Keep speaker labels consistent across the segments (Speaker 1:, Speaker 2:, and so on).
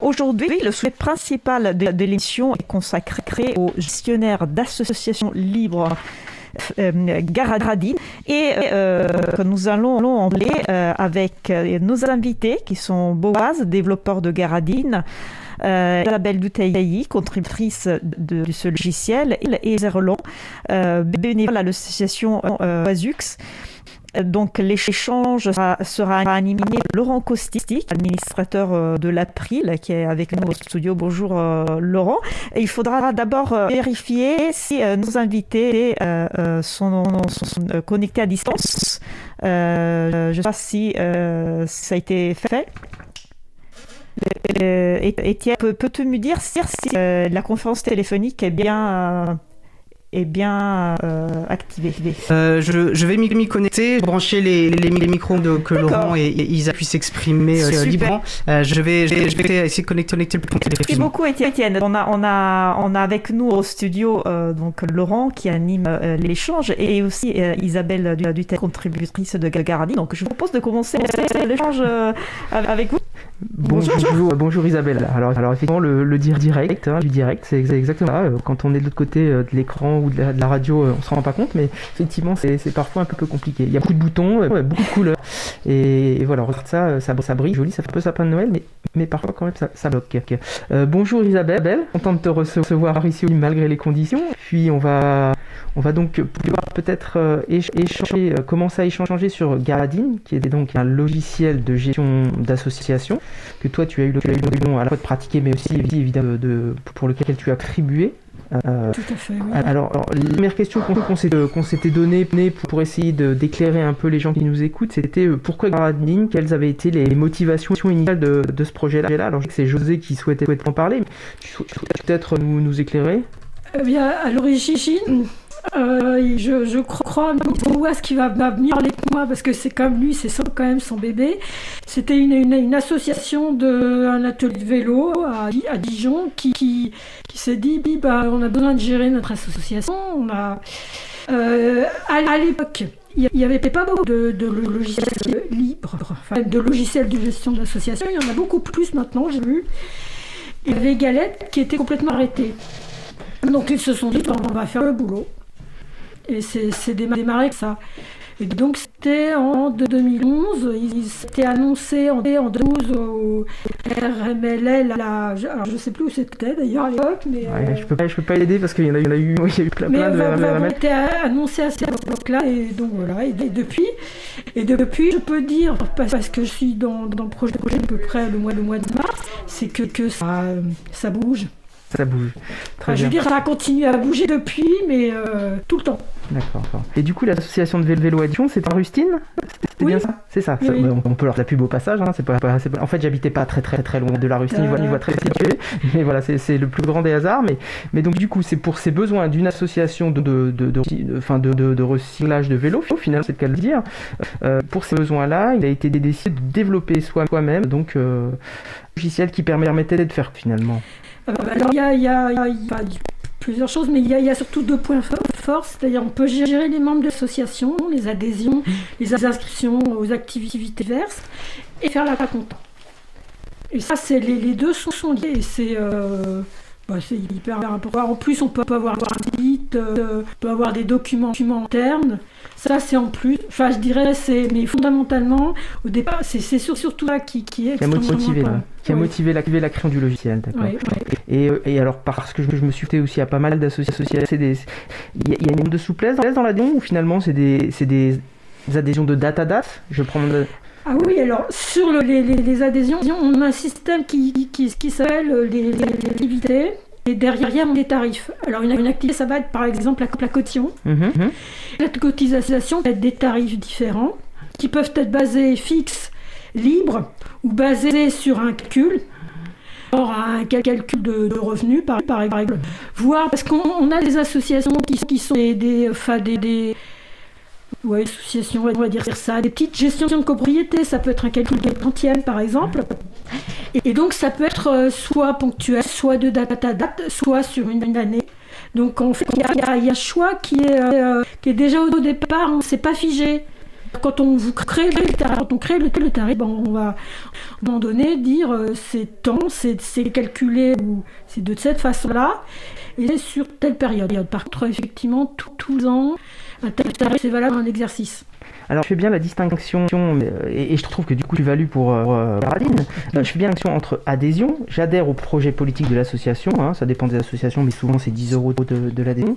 Speaker 1: Aujourd'hui, le sujet principal de l'émission est consacré aux gestionnaires d'associations libres Garadine et que nous allons en parler avec nos invités qui sont Boaz, développeur de Garadine, Isabelle Doutaï, contributrice de ce logiciel, et Zerlon, bénévole à l'association Oazux. Donc l'échange sera animé par Laurent Kostic, administrateur de l'April, qui est avec nous au studio. Bonjour Laurent. Et il faudra d'abord vérifier si nos invités sont connectés à distance. Je ne sais pas si ça a été fait. Étienne, peux-tu me dire si la conférence téléphonique est bien activé.
Speaker 2: Je vais m'y connecter, brancher les micros que Laurent et Isa puissent s'exprimer librement. Je vais essayer de connecter le téléphone.
Speaker 1: Merci beaucoup Étienne. On a avec nous au studio donc Laurent qui anime l'échange et aussi Isabelle Dutel, contributrice de Garadine. Donc je vous propose de commencer l'échange avec vous.
Speaker 3: Bonjour Isabelle. Alors effectivement le direct, c'est exactement ça. Quand on est de l'autre côté de l'écran ou de la radio, on se rend pas compte, mais effectivement c'est parfois un peu compliqué. Il y a beaucoup de boutons, beaucoup de couleurs, et voilà, on regarde ça brille, joli, ça fait un peu sapin de Noël, mais parfois quand même ça bloque. Bonjour Isabelle, content de te recevoir ici malgré les conditions. Puis on va donc pouvoir peut-être commencer à échanger sur Garadine, qui est donc un logiciel de gestion d'association que toi tu as eu l'occasion à la fois de pratiquer, mais aussi évidemment pour lequel tu as attribué.
Speaker 4: Tout à fait, oui.
Speaker 3: Alors la première question qu'on s'était donnée pour essayer d'éclairer un peu les gens qui nous écoutent, c'était pourquoi Garadine, quelles avaient été les motivations initiales de ce projet-là. Alors je sais que c'est José qui souhaitait en parler, mais tu souhaites peut-être nous éclairer.
Speaker 4: Eh bien, à l'origine, je crois Boaz qui va venir parler de moi parce que c'est comme lui, c'est quand même son bébé. C'était une association un atelier de vélo à Dijon qui s'est dit on a besoin de gérer notre association. À l'époque, il n'y avait pas beaucoup de logiciels libres, de logiciels de gestion d'association. Il y en a beaucoup plus maintenant, j'ai vu. Il y avait Galette qui était complètement arrêté. Donc ils se sont dit on va faire le boulot. Et c'est démarré que ça. Et donc c'était en 2011, il s'était annoncé en 2012 au RMLL, alors je ne sais plus où c'était d'ailleurs à l'époque. Mais
Speaker 3: je peux pas aider parce qu'il y a eu plein de RMLL.
Speaker 4: C'était annoncé à cette époque-là, et donc voilà. Et depuis, je peux dire, parce que je suis dans le projet à peu près le mois de mars, c'est que ça bouge.
Speaker 3: Ça bouge. Très bien.
Speaker 4: Je veux dire, ça a continué à bouger depuis, mais tout le temps.
Speaker 3: D'accord. Et du coup, l'association de vélo à Dijon, c'est à Rustine ? C'est bien ça ? C'est ça.
Speaker 4: Oui.
Speaker 3: On peut leur faire la pub au passage. C'est pas... En fait, j'habitais pas très loin de la Rustine. Je vois très situé. Mais voilà, c'est le plus grand des hasards. Mais donc, du coup, c'est pour ses besoins d'une association de recyclage de vélos, au final, c'est le cas de le dire. Pour ces besoins-là, il a été décidé de développer soi-même donc un logiciel qui permettait de faire finalement.
Speaker 4: Alors, il y a plusieurs choses, mais il y a surtout deux points forts. C'est-à-dire, on peut gérer les membres de l'association, les adhésions, les inscriptions aux activités diverses, et faire la compta. Et ça, les deux sont liés. Et c'est hyper important. En plus, on peut avoir un site, on peut avoir des documents internes. Ça, c'est en plus. Enfin, je dirais, mais fondamentalement, au départ, c'est surtout ça qui est extrêmement
Speaker 3: qui a motivé la création du logiciel, d'accord.
Speaker 4: Oui.
Speaker 3: Et alors, parce que je me suis fait aussi à pas mal d'associations, il y a une forme de souplesse dans l'adhésion, ou finalement, c'est des adhésions de date à date.
Speaker 4: Ah oui, alors sur les adhésions, on a un système qui s'appelle les activités. Et derrière, on a des tarifs. Alors, une activité, ça va être par exemple la cotillon. La cotisation peut être des tarifs différents qui peuvent être basés fixes, libres, ou basés sur un calcul. Or, un calcul de revenus, par exemple. Voire, parce qu'on a des associations qui sont des associations, on va dire ça, des petites gestions de copropriété, ça peut être un calcul de quantième par exemple, et donc ça peut être soit ponctuel, soit de date à date, soit sur une année. Donc en fait, il y a un choix qui est déjà au départ, c'est pas figé. Quand on crée le tarif, on va à un moment donné dire c'est temps, c'est calculé ou c'est de cette façon-là et c'est sur telle période. Par contre, effectivement, tous les ans, un tarif c'est valable un exercice.
Speaker 3: Alors je fais bien la distinction, et je trouve que du coup tu values pour Géraldine, je fais bien la distinction entre adhésion, j'adhère au projet politique de l'association, ça dépend des associations, mais souvent c'est 10 € de l'adhésion.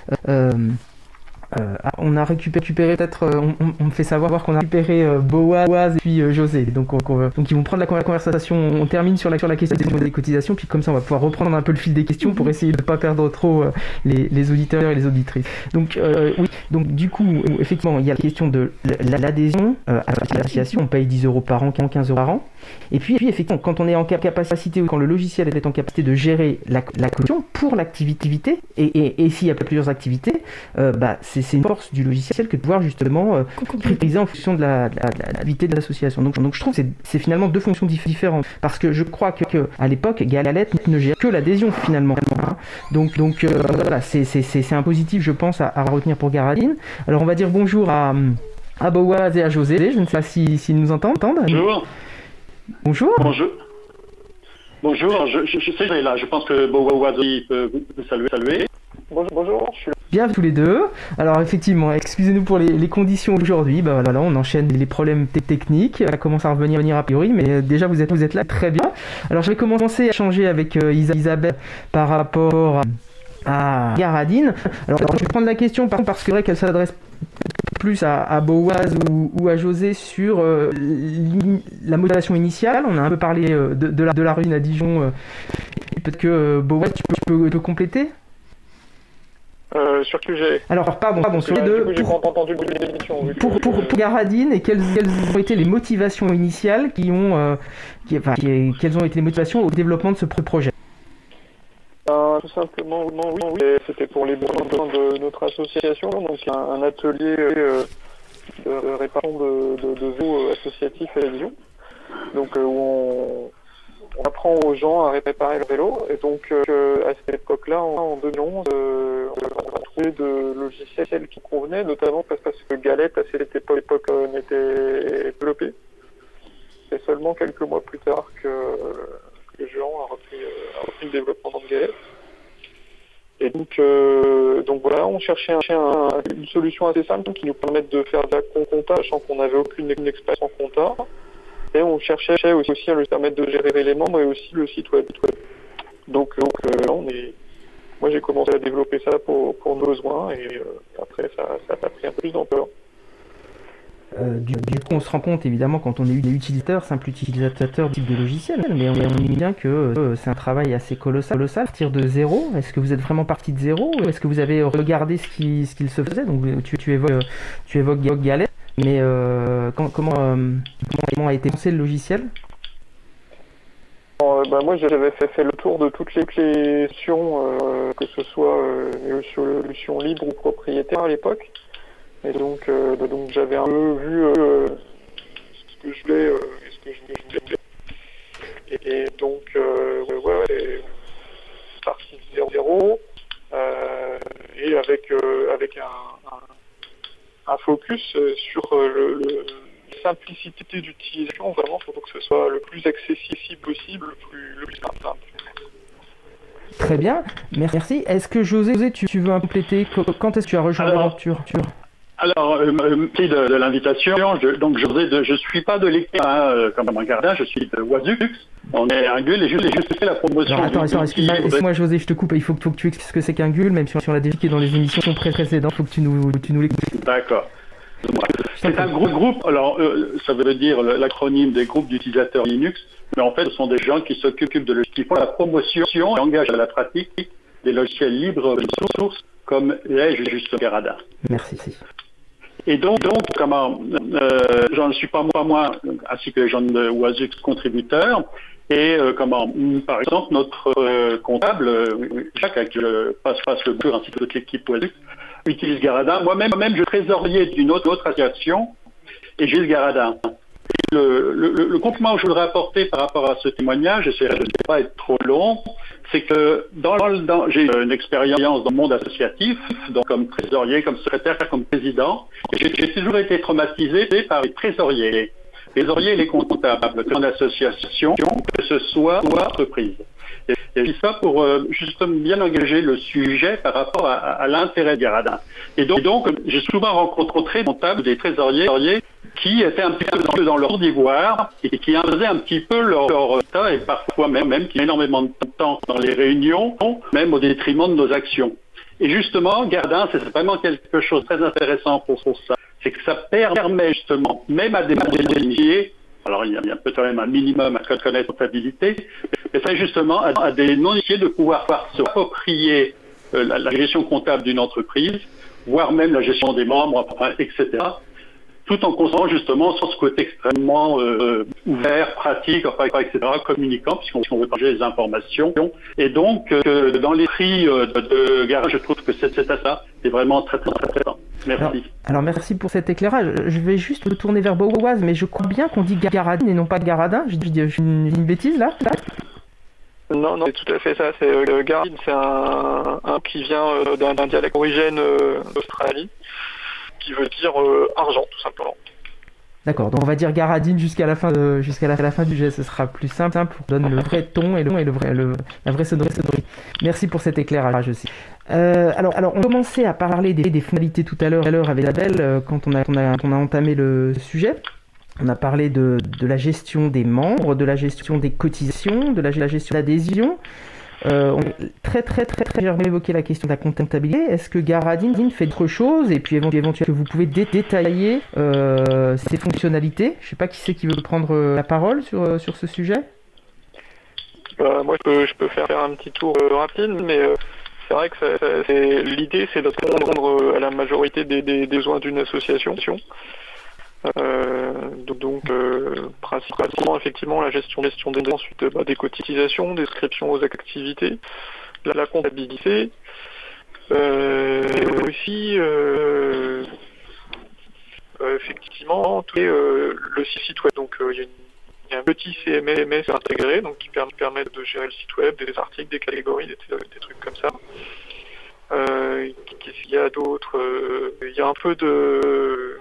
Speaker 3: On a récupéré peut-être, on me fait savoir qu'on a récupéré Boaz et puis José, donc ils vont prendre la conversation, on termine sur la question des cotisations, puis comme ça on va pouvoir reprendre un peu le fil des questions pour essayer de ne pas perdre trop les auditeurs et les auditrices. Donc oui, donc du coup effectivement il y a la question de l'adhésion à l'association, on paye 10 € par an, 15 € par an, et puis effectivement quand on est en capacité, quand le logiciel est en capacité de gérer la caution pour l'activité, et s'il y a plusieurs activités, c'est une force du logiciel que de pouvoir justement critériser en fonction de l'activité de l'association. Donc je trouve que c'est finalement deux fonctions différentes, parce que je crois que à l'époque Galette ne gère que l'adhésion finalement. Donc voilà, c'est un positif je pense à retenir pour Géraldine. Alors on va dire bonjour à Boaz et à José, je ne sais pas s'ils nous entendent. Bonjour.
Speaker 5: Bonjour, je sais là, je pense que Boaz peut vous saluer. Bonjour, je suis là.
Speaker 3: Bien tous les deux. Alors effectivement, excusez-nous pour les conditions aujourd'hui. Voilà, on enchaîne les problèmes techniques. Ça commence à revenir a priori, mais déjà vous êtes là, très bien. Alors je vais commencer à échanger avec Isabelle par rapport à Géraldine. Alors je vais prendre la question parce que c'est vrai qu'elle s'adresse plus à Boaz ou à José sur la motivation initiale. On a un peu parlé de la ruine à Dijon. Peut-être que Boaz, tu peux compléter.
Speaker 5: Sur quel sujet ?
Speaker 3: Alors, pardon, sur les deux.
Speaker 5: J'ai pas entendu le début de l'émission.
Speaker 3: Pour Géraldine, et quelles ont été les motivations initiales quelles ont été les motivations au développement de ce projet ?
Speaker 5: Tout simplement, oui. C'était pour les besoins de notre association, donc un atelier de réparation de vélos associatifs à la Dijon. Donc, où on apprend aux gens à réparer le vélo, et donc à cette époque-là, en 2011, on a trouvé de logiciels qui convenaient, notamment parce que Galette à cette époque n'était développé. C'est seulement quelques mois plus tard que Jean a repris le développement de Galette. Et donc voilà, on cherchait une solution assez simple qui nous permette de faire de la compta, sachant qu'on n'avait aucune expérience en compta. Et on cherchait aussi à lui permettre de gérer les membres et aussi le site web. Donc là, moi j'ai commencé à développer ça pour nos besoins, et après ça a pris un peu plus d'ampleur.
Speaker 3: Du coup, on se rend compte évidemment quand on est utilisateur, simple utilisateur de type de logiciel, mais on dit bien que c'est un travail assez colossal. Partir de zéro, est-ce que vous êtes vraiment parti de zéro, ou est-ce que vous avez regardé ce qu'il se faisait ? Donc tu évoques Galette. Mais comment a été pensé le logiciel ?
Speaker 5: Moi j'avais fait le tour de toutes les solutions, que ce soit solutions libres ou propriétaires à l'époque. Et donc j'avais un peu vu ce que je voulais et ce que je voulais. Et donc c'est parti de 0 et avec un focus sur la simplicité d'utilisation, vraiment pour que ce soit le plus accessible possible, le plus simple.
Speaker 3: Très bien, merci. Est-ce que José, tu veux compléter ? Quand est-ce que tu as rejoint l'aventure ?
Speaker 5: Alors, merci de l'invitation. Donc, je suis pas de l'équipe comme un gardien, je suis de Wazux. On est un GUL et juste fait la promotion.
Speaker 3: Alors, attends, excuse-moi José, je te coupe. Il faut que tu expliques ce que c'est qu'un GUL, même si on l'a déjà expliqué dans les émissions précédentes. Il faut que tu nous l'expliques.
Speaker 5: D'accord. C'est un groupe. Alors, ça veut dire l'acronyme des groupes d'utilisateurs Linux. Mais en fait, ce sont des gens qui s'occupent qui font la promotion et engagent à la pratique des logiciels libres de source comme l'est juste Géraldin.
Speaker 3: Merci.
Speaker 5: Et donc j'en suis pas moi, ainsi que les gens de Wazux contributeurs, et par exemple, notre comptable, Jacques, avec qui je passe le bonjour, ainsi que toute l'équipe Wazux, utilise Géraldin. Moi-même, je suis trésorier d'une autre association, et j'utilise Géraldin. Le complément que je voudrais apporter par rapport à ce témoignage, j'essaierai de ne pas être trop long,
Speaker 6: c'est que j'ai une expérience dans le monde associatif, donc comme trésorier, comme secrétaire, comme président. J'ai toujours été traumatisé par les trésoriers. Les trésoriers et les comptables, que en association, que ce soit entreprise. Et je dis ça pour justement bien engager le sujet par rapport à l'intérêt de Garadin. Et donc j'ai souvent rencontré des comptables, des trésoriers qui étaient un petit peu dans leur d'ivoire et qui faisaient un petit peu leur temps et parfois même qui met énormément de temps dans les réunions, même au détriment de nos actions. Et justement, Garadin, c'est vraiment quelque chose de très intéressant pour ça. C'est que ça permet justement, même à des initiés, alors il y a peut-être même un minimum à connaître la comptabilité, mais ça justement à des non-initiés de pouvoir se approprier la gestion comptable d'une entreprise, voire même la gestion des membres, etc., tout en conservant justement sur ce côté extrêmement ouvert, pratique, etc., communicant, puisqu'on veut partager les informations. Et donc, dans l'esprit de Garadin, je trouve que c'est ça. C'est vraiment très, très, très intéressant. Merci.
Speaker 3: Alors, merci pour cet éclairage. Je vais juste me tourner vers Boaz, mais je crois bien qu'on dit Garadin et non pas Garadin. Je dis une bêtise, là
Speaker 5: Non, c'est tout à fait ça. C'est Garadin, c'est un qui vient d'un dialecte origine d'Australie, qui veut dire argent, tout simplement.
Speaker 3: D'accord, donc on va dire Garadin jusqu'à la fin du jet, ce sera plus simple pour donner le vrai ton et la vraie sonnerie. Merci pour cet éclairage aussi. Alors on commençait à parler des fonctionnalités tout à l'heure avec Isabelle quand on a entamé le sujet. On a parlé de la gestion des membres, de la gestion des cotisations, de la gestion d'adhésion. On a très évoqué la question de la comptabilité. Est-ce que Garadin fait d'autres choses et puis éventuellement que vous pouvez détailler ces fonctionnalités? Je ne sais pas qui c'est qui veut prendre la parole sur ce sujet.
Speaker 5: Moi, je peux faire un petit tour rapide, mais c'est vrai que l'idée, c'est de répondre à la majorité des besoins d'une association. Principalement effectivement la gestion des ensuite des cotisations, des inscriptions aux activités, la comptabilité, aussi effectivement tout le site web. Donc il y a un petit CMS intégré donc qui permet de gérer le site web, des articles, des catégories, des trucs comme ça. Qu'est-ce qu'il y a d'autre? Il y a un peu de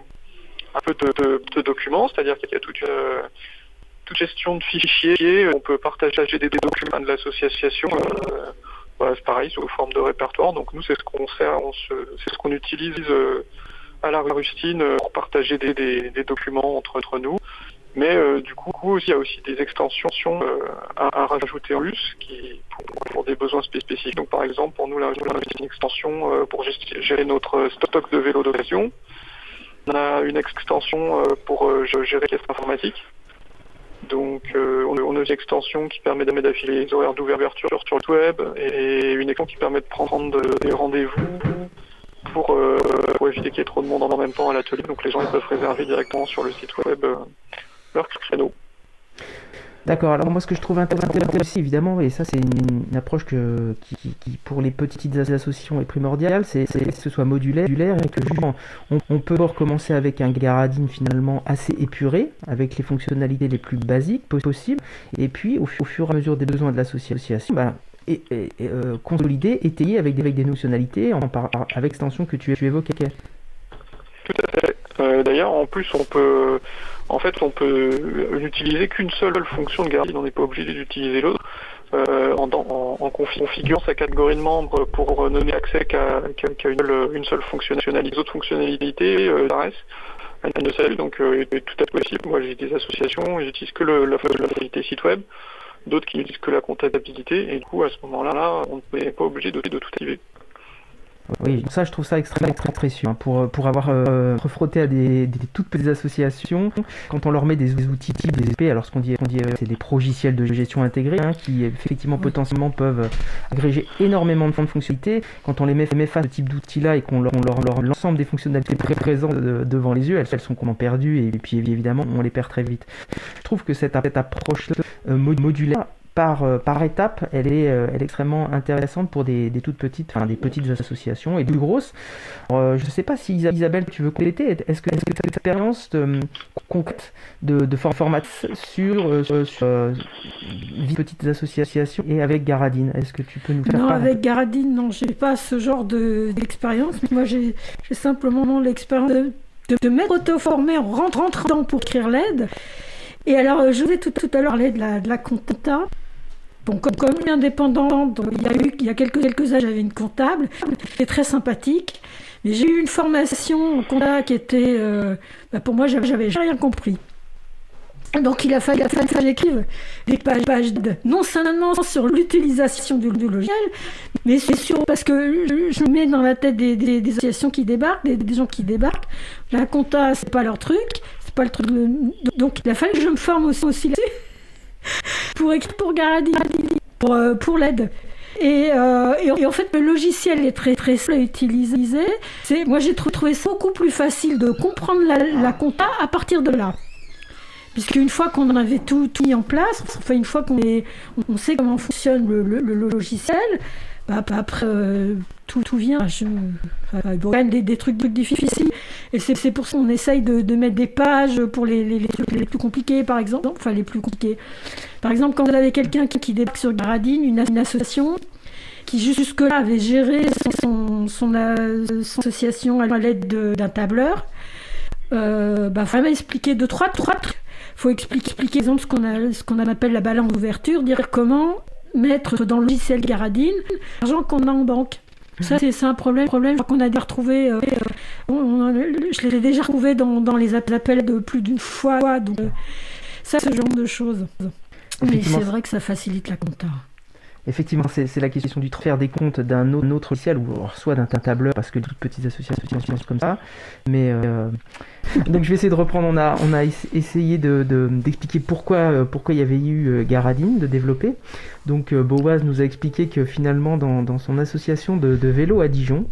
Speaker 5: documents, c'est-à-dire qu'il y a toute gestion de fichiers, on peut partager des documents de l'association, c'est pareil, sous forme de répertoire, donc nous c'est ce qu'on sert, c'est ce qu'on utilise à la Rustine pour partager des documents entre nous, mais du coup il y a aussi des extensions à rajouter en plus pour des besoins spécifiques, donc par exemple pour nous là, on a une extension pour gérer notre stock de vélos d'occasion. On a une extension pour gérer les caisses informatiques. Donc, on a une extension qui permet d'affiler les horaires d'ouverture sur le web et une extension qui permet de prendre des rendez-vous pour éviter qu'il y ait trop de monde en même temps à l'atelier. Donc, les gens ils peuvent réserver directement sur le site web leur créneau.
Speaker 3: D'accord, alors moi ce que je trouve intéressant aussi évidemment, et ça c'est une approche qui pour les petites associations est primordiale, c'est que ce soit modulaire et que justement on peut recommencer avec un Garadin finalement assez épuré, avec les fonctionnalités les plus basiques possibles, et puis au fur et à mesure des besoins de l'association, consolider, étayer avec des notionnalités avec l'extension que tu évoquais.
Speaker 5: Tout à fait. D'ailleurs, en plus, on peut n'utiliser qu'une seule fonction de Garadin, on n'est pas obligé d'utiliser l'autre. En configurant sa catégorie de membres pour donner accès qu'à une seule fonctionnalité. Les autres fonctionnalités apparaissent. Elles ne s'appellent donc tout à fait possible. Moi, j'ai des associations, j'utilise que la fonctionnalité site web, d'autres qui n'utilisent que la comptabilité, et du coup, à ce moment-là, on n'est pas obligé de tout activer.
Speaker 3: Oui, ça je trouve ça extrêmement précieux pour avoir refrotté à des toutes petites associations. Quand on leur met des outils type des EP, alors ce qu'on dit c'est des progiciels de gestion intégrés qui effectivement potentiellement peuvent agréger énormément de fonctionnalités. Quand on les met face à ce type d'outils-là et qu'on leur l'ensemble des fonctionnalités présentes devant les yeux, elles sont complètement perdues et puis évidemment on les perd très vite. Je trouve que cette approche modulaire par étape, elle est extrêmement intéressante pour des toutes petites, enfin des petites associations et plus grosses. Je ne sais pas si Isabelle, tu veux compléter. Est-ce que tu as une expérience concrète de format sur vie petites associations et avec Garadine? Est-ce que tu peux nous faire
Speaker 4: Non,
Speaker 3: part?
Speaker 4: avec Garadine, non, j'ai pas ce genre d'expérience. Moi, j'ai simplement l'expérience de m'être auto-formée en rentrant dedans pour écrire l'aide. Et alors, je vous ai tout à l'heure parlé de la compta. Bon, comme indépendante, il y a quelques années, j'avais une comptable, c'était très sympathique. Mais j'ai eu une formation en compta qui était, pour moi, j'avais rien compris. Donc il a fallu que j'écrive des pages non seulement sur l'utilisation du logiciel, mais c'est sûr parce que je me mets dans la tête des associations qui débarquent, des gens qui débarquent. La compta, c'est pas leur truc, c'est pas le truc. Donc il a fallu que je me forme aussi là-dessus pour écrire pour Garadine, pour l'aide. Et en fait, le logiciel est très très simple à utiliser. Moi, j'ai trouvé ça beaucoup plus facile de comprendre la compta à partir de là. Puisqu'une fois qu'on avait tout mis en place, enfin une fois on sait comment fonctionne le logiciel, après tout vient. Il y a des trucs difficiles. Et c'est pour ça qu'on essaye de mettre des pages pour les trucs les plus compliqués, par exemple. Enfin, les plus compliqués. Par exemple, quand vous avez quelqu'un qui débarque sur Garadine, une association qui jusque-là avait géré son association à l'aide d'un tableur, vraiment expliquer trois trucs. Il faut expliquer, exemple, ce qu'on appelle la balance d'ouverture, dire comment mettre dans le logiciel Garadine l'argent qu'on a en banque. Ça, c'est un problème qu'on a dû retrouver. Je l'ai déjà retrouvé dans les appels de plus d'une fois. Donc, ça, ce genre de choses. Mais c'est vrai que ça facilite la compta.
Speaker 3: Effectivement, c'est la question du faire des comptes d'un autre logiciel ou soit d'un tableur parce que toutes petites associations comme ça. Mais donc je vais essayer de reprendre. On a essayé d'expliquer pourquoi il y avait eu Garadine de développer. Donc Boaz nous a expliqué que finalement dans son association de vélo à Dijon,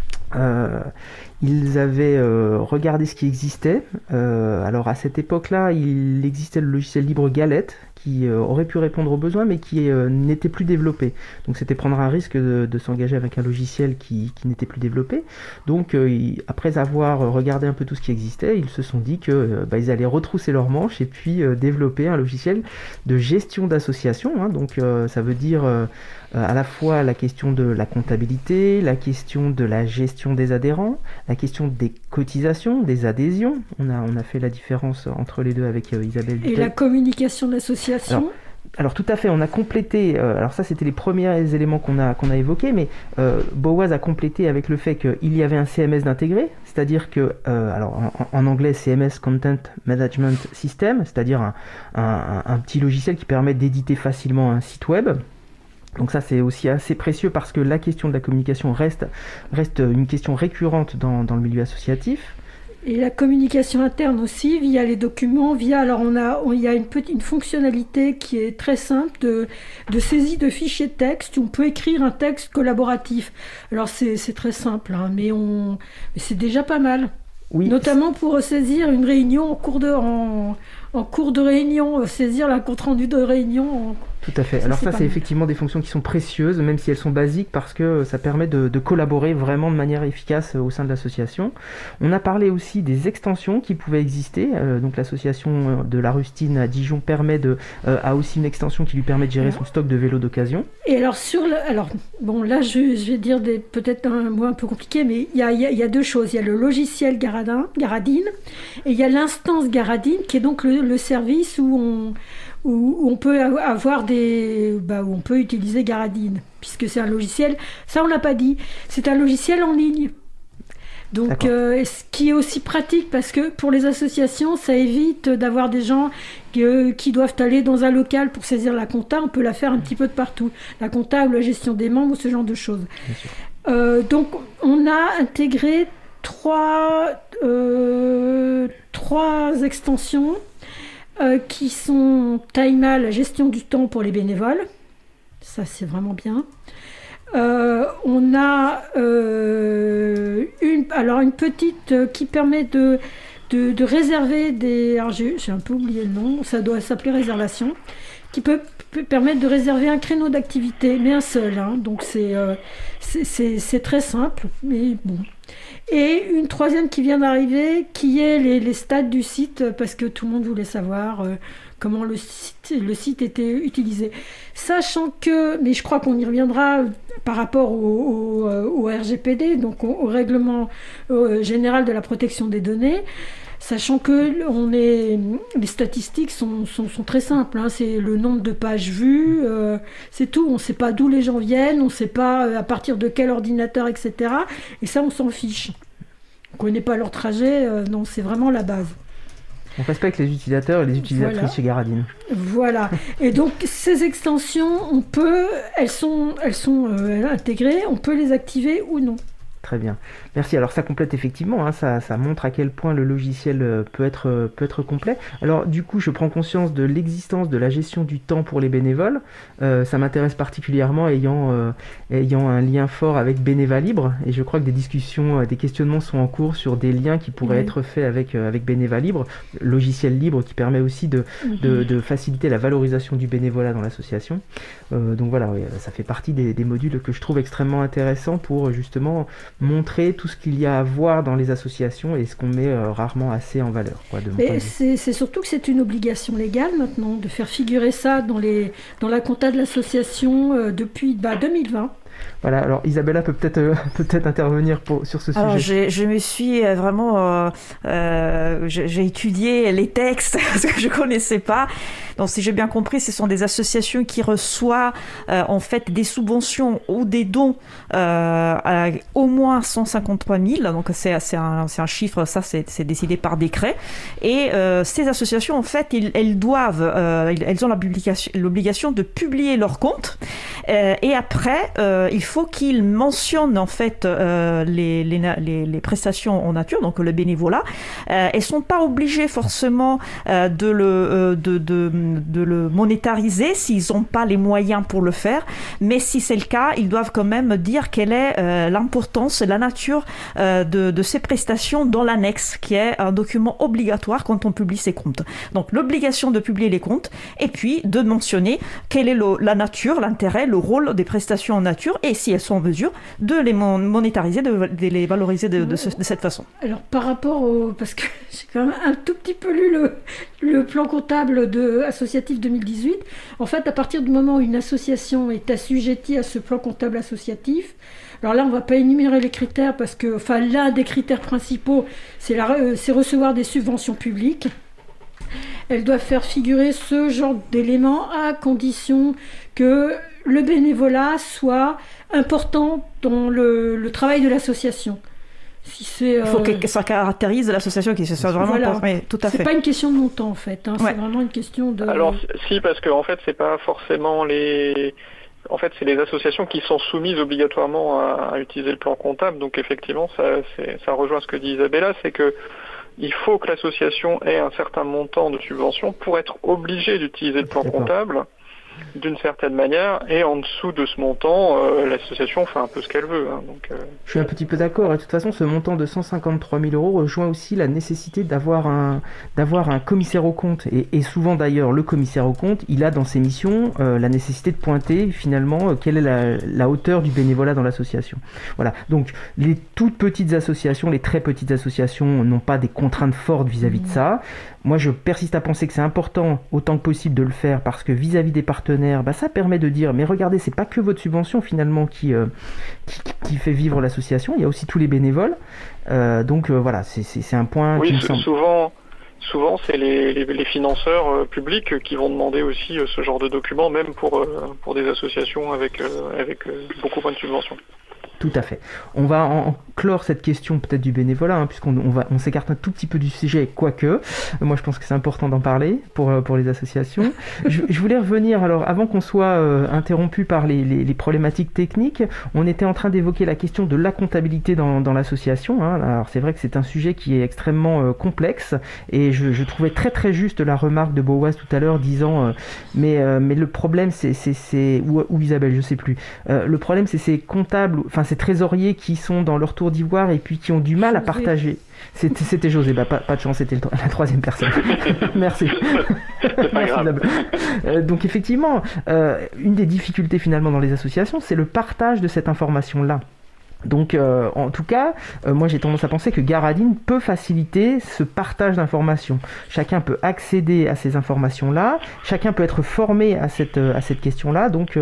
Speaker 3: ils avaient regardé ce qui existait. Alors à cette époque-là, il existait le logiciel libre Galette qui aurait pu répondre aux besoins mais qui n'était plus développé. Donc c'était prendre un risque de s'engager avec un logiciel qui n'était plus développé. Donc après avoir regardé un peu tout ce qui existait, ils se sont dit que ils allaient retrousser leurs manches et puis développer un logiciel de gestion d'association. Hein. Donc ça veut dire à la fois la question de la comptabilité, la question de la gestion des adhérents, la question des cotisations, des adhésions. On a fait la différence entre les deux avec Isabelle.
Speaker 4: Et la communication de l'association.
Speaker 3: Alors tout à fait, on a complété, alors ça c'était les premiers éléments qu'on a évoqués, mais Boaz a complété avec le fait qu'il y avait un CMS d'intégrer, c'est-à-dire que, alors en anglais CMS Content Management System, c'est-à-dire un petit logiciel qui permet d'éditer facilement un site web. Donc ça c'est aussi assez précieux parce que la question de la communication reste une question récurrente dans le milieu associatif.
Speaker 4: Et la communication interne aussi, via les documents, il y a une fonctionnalité qui est très simple de saisie de fichiers de texte. On peut écrire un texte collaboratif. Alors c'est très simple, hein, mais c'est déjà pas mal. Oui. Notamment pour saisir une réunion en cours de réunion, saisir la compte-rendu de réunion.
Speaker 3: Tout à fait. Alors ça, c'est effectivement des fonctions qui sont précieuses, même si elles sont basiques, parce que ça permet de collaborer vraiment de manière efficace au sein de l'association. On a parlé aussi des extensions qui pouvaient exister. Donc l'association de la Rustine à Dijon a aussi une extension qui lui permet de gérer son stock de vélos d'occasion.
Speaker 4: Et alors là je vais dire peut-être un mot un peu compliqué, mais il y a deux choses. Il y a le logiciel Garadine et il y a l'instance Garadine qui est donc le service où on peut avoir où on peut utiliser Garadine, puisque c'est un logiciel, ça on l'a pas dit, c'est un logiciel en ligne. Donc ce qui est aussi pratique parce que pour les associations, ça évite d'avoir des gens qui doivent aller dans un local pour saisir la compta, on peut la faire un petit peu de partout. La compta ou la gestion des membres ou ce genre de choses. Donc on a intégré trois extensions qui sont Taima, la gestion du temps pour les bénévoles. Ça, c'est vraiment bien. On a une petite qui permet de réserver des... Alors, j'ai un peu oublié le nom. Ça doit s'appeler réservation. qui peut permettre de réserver un créneau d'activité, mais un seul. Hein. Donc c'est très simple, mais bon. Et une troisième qui vient d'arriver, qui est les stats du site, parce que tout le monde voulait savoir comment le site était utilisé. Sachant que, mais je crois qu'on y reviendra par rapport au RGPD, donc au règlement général de la protection des données, sachant que les statistiques sont très simples, hein, c'est le nombre de pages vues, c'est tout, on ne sait pas d'où les gens viennent, on ne sait pas à partir de quel ordinateur, etc. Et ça, on s'en fiche. On ne connaît pas leur trajet, non, c'est vraiment la base.
Speaker 3: On respecte les utilisateurs et les utilisatrices chez Garadine.
Speaker 4: Voilà. Et donc, ces extensions, elles sont intégrées, on peut les activer ou non.
Speaker 3: Très bien. Merci. Alors ça complète effectivement, hein, ça montre à quel point le logiciel peut être complet. Alors du coup, je prends conscience de l'existence de la gestion du temps pour les bénévoles. Ça m'intéresse particulièrement ayant un lien fort avec Bénéva Libre. Et je crois que des questionnements sont en cours sur des liens qui pourraient être faits avec Bénéva Libre, logiciel libre qui permet aussi de faciliter la valorisation du bénévolat dans l'association. Donc voilà, ça fait partie des modules que je trouve extrêmement intéressants pour justement montrer tout ce qu'il y a à voir dans les associations et ce qu'on met rarement assez en valeur.
Speaker 4: Mais c'est surtout que c'est une obligation légale maintenant de faire figurer ça dans la compta de l'association depuis 2020.
Speaker 3: Voilà, alors Isabella peut peut-être intervenir sur ce sujet.
Speaker 1: Alors je me suis vraiment... j'ai étudié les textes parce que je ne connaissais pas. Donc si j'ai bien compris, ce sont des associations qui reçoivent en fait des subventions ou des dons à au moins 153 000. Donc c'est un chiffre, ça c'est décidé par décret. Et ces associations, en fait, elles ont l'obligation de publier leur compte. Et après, il faut qu'ils mentionnent en fait les prestations en nature, donc le bénévolat. Elles sont pas obligées forcément de le monétariser s'ils n'ont pas les moyens pour le faire, mais si c'est le cas, ils doivent quand même dire quelle est l'importance, la nature de ces prestations dans l'annexe, qui est un document obligatoire quand on publie ses comptes. Donc l'obligation de publier les comptes, et puis de mentionner quelle est la nature, l'intérêt, le rôle des prestations en nature, et si elles sont en mesure de les monétariser, de les valoriser de cette façon.
Speaker 4: Alors par rapport parce que j'ai quand même un tout petit peu lu le plan comptable associatif 2018, en fait à partir du moment où une association est assujettie à ce plan comptable associatif, alors là on ne va pas énumérer les critères parce que l'un des critères principaux c'est recevoir des subventions publiques. Elles doivent faire figurer ce genre d'éléments à condition que le bénévolat soit important dans le travail de l'association.
Speaker 1: Il faut que ça caractérise l'association, qui se soit vraiment...
Speaker 4: Voilà.
Speaker 1: Oui, tout à fait.
Speaker 4: C'est pas une question de montant, en fait. C'est vraiment une question de...
Speaker 5: Alors, si, parce qu'en fait, c'est pas forcément En fait, c'est les associations qui sont soumises obligatoirement à utiliser le plan comptable. Donc, effectivement, ça rejoint ce que dit Isabella, c'est que il faut que l'association ait un certain montant de subvention pour être obligée d'utiliser le plan comptable d'une certaine manière, et en dessous de ce montant, l'association fait un peu ce qu'elle veut. Hein, donc,
Speaker 3: Je suis un petit peu d'accord, et de toute façon, ce montant de 153 000 € rejoint aussi la nécessité d'avoir un commissaire aux comptes, et souvent d'ailleurs, le commissaire aux comptes, il a dans ses missions la nécessité de pointer finalement quelle est la hauteur du bénévolat dans l'association. Voilà, donc les toutes petites associations, les très petites associations n'ont pas des contraintes fortes vis-à-vis de ça. Moi, je persiste à penser que c'est important autant que possible de le faire, parce que vis-à-vis des partenaires, ça permet de dire, mais regardez, c'est pas que votre subvention finalement qui fait vivre l'association, il y a aussi tous les bénévoles. Donc voilà, c'est un point qui me semble...
Speaker 5: Souvent, c'est les financeurs publics qui vont demander aussi ce genre de documents, même pour des associations avec beaucoup moins de subventions.
Speaker 3: Tout à fait. On va en clore cette question peut-être du bénévolat, on s'écarte un tout petit peu du sujet, quoique. Moi, je pense que c'est important d'en parler pour les associations. Je voulais revenir, alors, avant qu'on soit interrompu par les problématiques techniques, on était en train d'évoquer la question de la comptabilité dans l'association. Hein. Alors, c'est vrai que c'est un sujet qui est extrêmement complexe, et je trouvais très très juste la remarque de Boaz tout à l'heure disant mais le problème c'est ou Isabelle, je sais plus. Le problème c'est ces comptables, enfin c'est ces trésoriers qui sont dans leur tour d'ivoire et puis qui ont du mal à partager. C'était José, pas de chance, c'était la troisième personne. Merci. Merci. Donc effectivement, une des difficultés finalement dans les associations, c'est le partage de cette information-là. Donc, en tout cas, moi j'ai tendance à penser que Garadine peut faciliter ce partage d'informations. Chacun peut accéder à ces informations-là, chacun peut être formé à cette question-là. Donc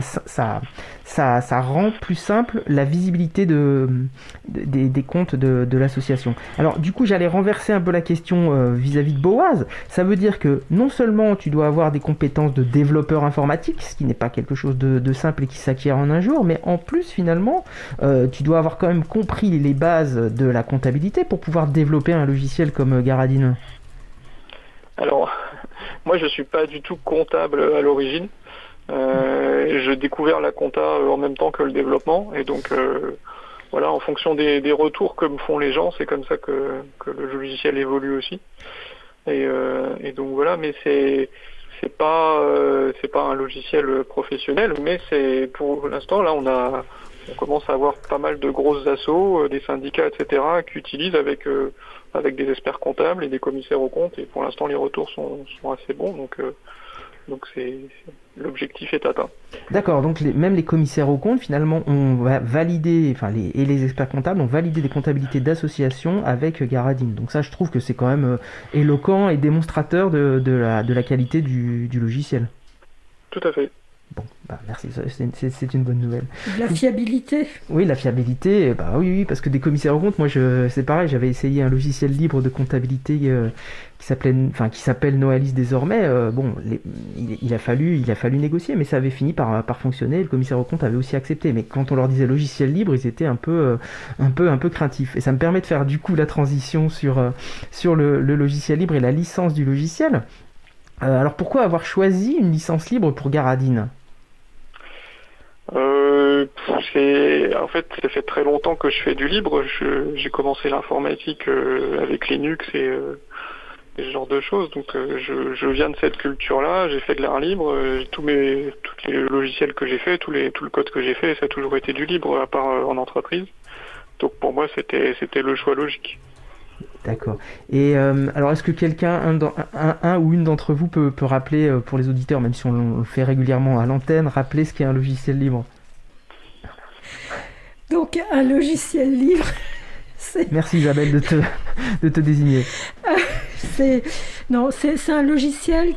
Speaker 3: ça rend plus simple la visibilité des comptes de l'association. Alors, du coup, j'allais renverser un peu la question vis-à-vis de Boaz. Ça veut dire que non seulement tu dois avoir des compétences de développeur informatique, ce qui n'est pas quelque chose de simple et qui s'acquiert en un jour, mais en plus, finalement, tu dois avoir quand même compris les bases de la comptabilité pour pouvoir développer un logiciel comme Garadine.
Speaker 5: Alors, moi je suis pas du tout comptable à l'origine. J'ai découvert la compta en même temps que le développement, et donc voilà, en fonction des retours que me font les gens, c'est comme ça que le logiciel évolue aussi. Et donc voilà, mais c'est pas un logiciel professionnel, mais c'est pour l'instant là on commence à avoir pas mal de grosses assos, des syndicats, etc., qui utilisent avec des experts comptables et des commissaires aux comptes, et pour l'instant les retours sont assez bons, donc l'objectif est atteint.
Speaker 3: D'accord, donc même les commissaires aux comptes finalement ont validé, et les experts comptables ont validé des comptabilités d'association avec Garadine. Donc ça, je trouve que c'est quand même éloquent et démonstrateur de la qualité du logiciel.
Speaker 5: Tout à fait.
Speaker 3: Bon, merci, c'est une bonne nouvelle.
Speaker 4: La fiabilité.
Speaker 3: Oui, la fiabilité, oui, parce que des commissaires aux comptes, moi c'est pareil, j'avais essayé un logiciel libre de comptabilité qui s'appelle Noalis désormais. Il a fallu négocier, mais ça avait fini par fonctionner. Le commissaire aux comptes avait aussi accepté, mais quand on leur disait logiciel libre, ils étaient un peu craintifs. Et ça me permet de faire du coup la transition sur le logiciel libre et la licence du logiciel. Alors pourquoi avoir choisi une licence libre pour Garadine ?
Speaker 5: En fait, ça fait très longtemps que je fais du libre. J'ai commencé l'informatique avec Linux et ce genre de choses. Donc je viens de cette culture-là. J'ai fait de l'art libre. Tous les logiciels que j'ai fait, tout le code que j'ai fait, ça a toujours été du libre, à part en entreprise. Donc pour moi, c'était le choix logique.
Speaker 3: D'accord. Et alors, est-ce que quelqu'un, un ou une d'entre vous peut rappeler pour les auditeurs, même si on le fait régulièrement à l'antenne, rappeler ce qu'est un logiciel libre ?
Speaker 4: Donc, un logiciel libre, c'est...
Speaker 3: Merci Isabelle de te désigner.
Speaker 4: C'est un logiciel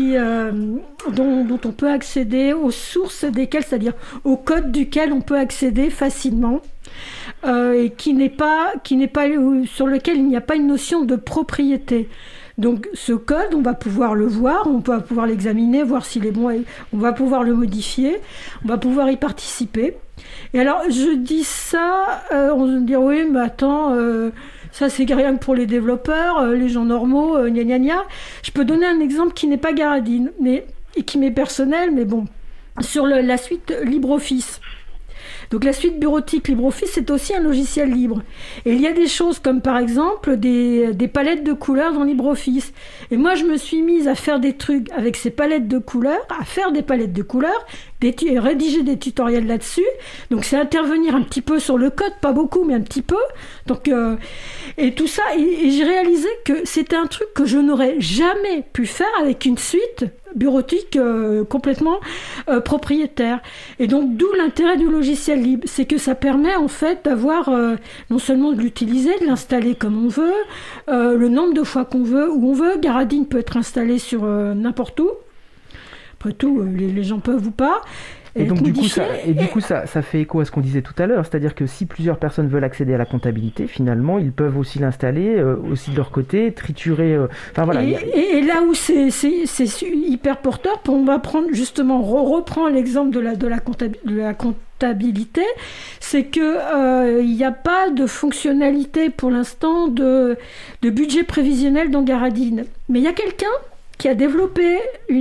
Speaker 4: dont on peut accéder aux sources desquelles, c'est-à-dire au code duquel on peut accéder facilement. Et qui n'est pas sur lequel il n'y a pas une notion de propriété. Donc ce code, on va pouvoir le voir, on va pouvoir l'examiner, voir s'il est bon, on va pouvoir le modifier, on va pouvoir y participer. Et alors je dis ça, on va me dire oui, mais attends, ça c'est rien que pour les développeurs, les gens normaux, gna gna gna. Je peux donner un exemple qui n'est pas Garadine, et qui m'est personnel, mais bon, sur la suite LibreOffice. Donc la suite bureautique LibreOffice, c'est aussi un logiciel libre. Et il y a des choses comme par exemple des palettes de couleurs dans LibreOffice. Et moi, je me suis mise à faire des trucs avec ces palettes de couleurs, à faire des palettes de couleurs, rédiger des tutoriels là-dessus. Donc c'est intervenir un petit peu sur le code, pas beaucoup, mais un petit peu. Donc, et tout ça, et j'ai réalisé que c'était un truc que je n'aurais jamais pu faire avec une suite bureautique complètement propriétaire. Et donc d'où l'intérêt du logiciel libre, c'est que ça permet en fait d'avoir non seulement de l'utiliser, de l'installer comme on veut, le nombre de fois qu'on veut, où on veut. Garadine peut être installé sur n'importe où. Après tout, les gens peuvent ou pas.
Speaker 3: Et donc du coup, ça fait écho à ce qu'on disait tout à l'heure, c'est-à-dire que si plusieurs personnes veulent accéder à la comptabilité, finalement, ils peuvent aussi l'installer, aussi de leur côté, triturer. Voilà.
Speaker 4: Et là où c'est hyper porteur, on va reprendre l'exemple de la comptabilité, c'est que il n'y a pas de fonctionnalité pour l'instant de budget prévisionnel dans Garadine, mais il y a quelqu'un qui a développé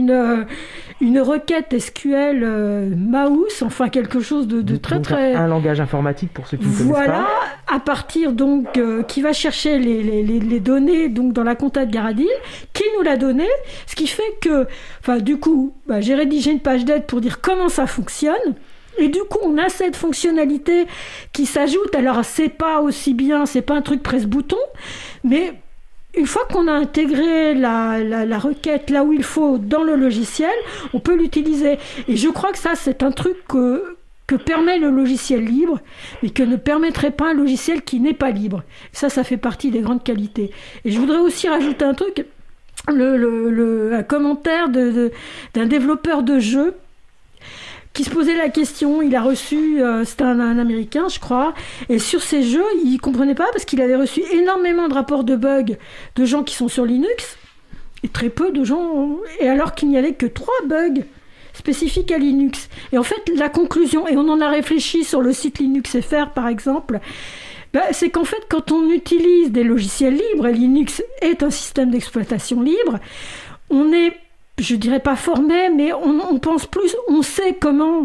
Speaker 4: une requête SQL Mouse, enfin quelque chose de très très...
Speaker 3: Un langage informatique pour ceux qui ne connaissent pas.
Speaker 4: Voilà, à partir donc, qui va chercher les données donc, dans la compta de Garadine, qui nous l'a donné, ce qui fait que, du coup, j'ai rédigé une page d'aide pour dire comment ça fonctionne. Et du coup, on a cette fonctionnalité qui s'ajoute. Alors, c'est pas aussi bien, c'est pas un truc presse-bouton, mais une fois qu'on a intégré la requête là où il faut dans le logiciel, on peut l'utiliser. Et je crois que ça, c'est un truc que permet le logiciel libre, mais que ne permettrait pas un logiciel qui n'est pas libre. Ça fait partie des grandes qualités. Et je voudrais aussi rajouter un truc, un commentaire d'un développeur de jeu qui se posait la question. Il a reçu, c'était un Américain je crois, et sur ces jeux il comprenait pas parce qu'il avait reçu énormément de rapports de bugs de gens qui sont sur Linux et très peu de gens, et alors qu'il n'y avait que 3 bugs spécifiques à Linux. Et en fait la conclusion, et on en a réfléchi sur le site LinuxFR par exemple, c'est qu'en fait quand on utilise des logiciels libres, et Linux est un système d'exploitation libre, on est, je dirais pas formé, mais on pense plus, on sait comment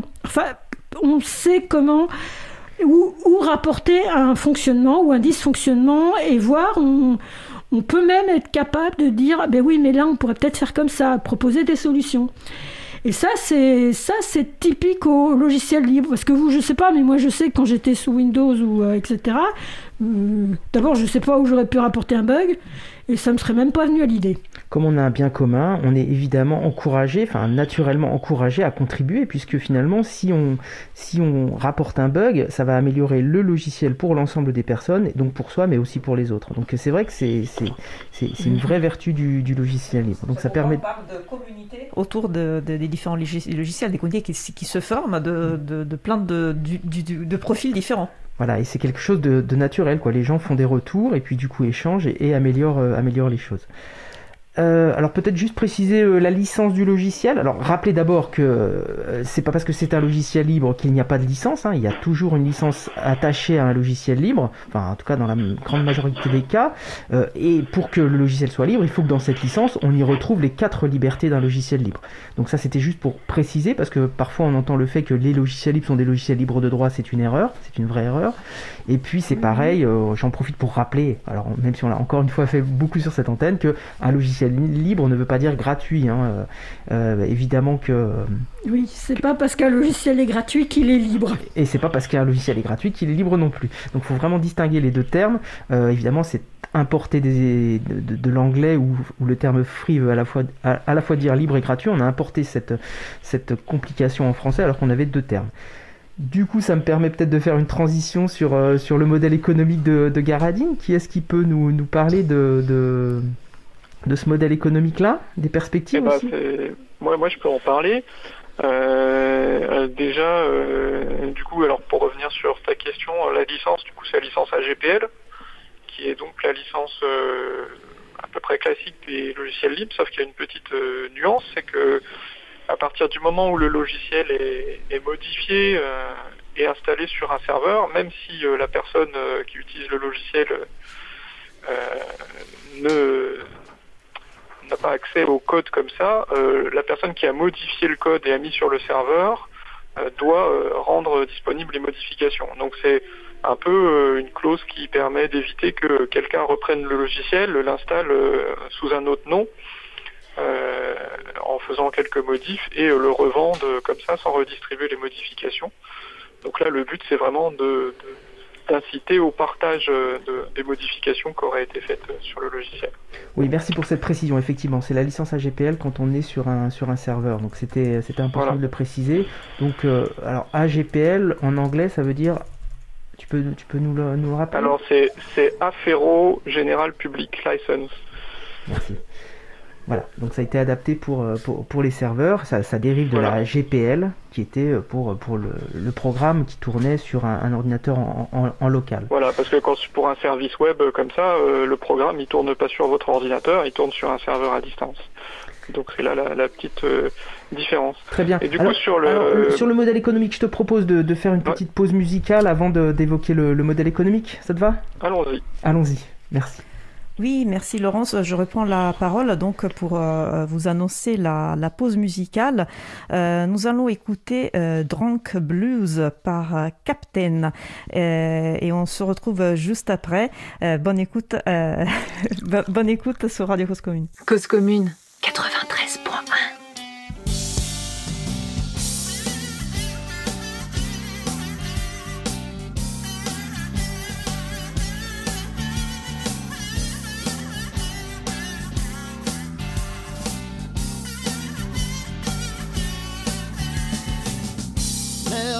Speaker 4: où rapporter un fonctionnement ou un dysfonctionnement, et voir, on peut même être capable de dire, ben oui, mais là on pourrait peut-être faire comme ça, proposer des solutions. Et ça c'est typique au logiciel libre, parce que je sais pas, mais moi je sais que quand j'étais sous Windows ou etc. D'abord je sais pas où j'aurais pu rapporter un bug, et ça me serait même pas venu à l'idée.
Speaker 3: Comme on a un bien commun, on est évidemment naturellement encouragé à contribuer, puisque finalement, si on rapporte un bug, ça va améliorer le logiciel pour l'ensemble des personnes, et donc pour soi, mais aussi pour les autres. Donc c'est vrai que c'est une vraie vertu du logiciel libre. Donc ça permet.
Speaker 1: On parle de communauté autour des différents logiciels, des communautés qui se forment de plein de profils différents.
Speaker 3: Voilà, et c'est quelque chose de naturel, quoi. Les gens font des retours et puis du coup échangent et améliorent les choses. Alors peut-être juste préciser la licence du logiciel. Alors rappelez d'abord que c'est pas parce que c'est un logiciel libre qu'il n'y a pas de licence, hein. Il y a toujours une licence attachée à un logiciel libre, enfin en tout cas dans la grande majorité des cas, et pour que le logiciel soit libre, il faut que dans cette licence on y retrouve les 4 libertés d'un logiciel libre. Donc ça c'était juste pour préciser, parce que parfois on entend le fait que les logiciels libres sont des logiciels libres de droit, c'est une erreur, c'est une vraie erreur. Et puis c'est pareil, j'en profite pour rappeler, alors même si on l'a encore une fois fait beaucoup sur cette antenne, que un logiciel libre ne veut pas dire gratuit, hein. Évidemment que...
Speaker 4: Oui, c'est pas parce qu'un logiciel est gratuit qu'il est libre.
Speaker 3: Et c'est pas parce qu'un logiciel est gratuit qu'il est libre non plus. Donc il faut vraiment distinguer les deux termes. Évidemment, c'est importer de l'anglais où le terme free veut à la fois dire libre et gratuit. On a importé cette complication en français alors qu'on avait 2 termes. Du coup, ça me permet peut-être de faire une transition sur le modèle économique de Garadine. Qui est-ce qui peut nous parler de ce modèle économique-là, des perspectives aussi?
Speaker 5: Moi, je peux en parler. Déjà, du coup, alors pour revenir sur ta question, la licence, du coup, c'est la licence AGPL, qui est donc la licence à peu près classique des logiciels libres, sauf qu'il y a une petite nuance, c'est que à partir du moment où le logiciel est modifié et installé sur un serveur, même si la personne qui utilise le logiciel n'a pas accès au code comme ça, la personne qui a modifié le code et a mis sur le serveur doit rendre disponibles les modifications. Donc c'est un peu une clause qui permet d'éviter que quelqu'un reprenne le logiciel, l'installe sous un autre nom, en faisant quelques modifs et le revende comme ça sans redistribuer les modifications. Donc là le but c'est vraiment d'inciter au partage des modifications qui auraient été faites sur le logiciel.
Speaker 3: Oui, merci pour cette précision. Effectivement, c'est la licence AGPL quand on est sur un serveur. Donc c'était important de le préciser. Donc alors AGPL en anglais, ça veut dire, tu peux nous le rappeler?
Speaker 5: Alors c'est Affero General Public License.
Speaker 3: Merci. Voilà, donc ça a été adapté pour les serveurs, ça dérive de la GPL qui était pour le programme qui tournait sur un ordinateur en local.
Speaker 5: Voilà, parce que pour un service web comme ça, le programme il tourne pas sur votre ordinateur, il tourne sur un serveur à distance. Donc c'est là la petite différence.
Speaker 3: Très bien.
Speaker 5: Et du
Speaker 3: alors,
Speaker 5: coup sur le
Speaker 3: modèle économique, je te propose de faire une petite pause musicale avant d'évoquer le modèle économique, ça te va? Allons-y, merci.
Speaker 1: Oui, merci Laurence. Je reprends la parole donc pour vous annoncer la pause musicale. Nous allons écouter Drunk Blues par Captain et on se retrouve juste après. Bonne écoute sur Radio Cause Commune.
Speaker 7: Cause Commune 93.1.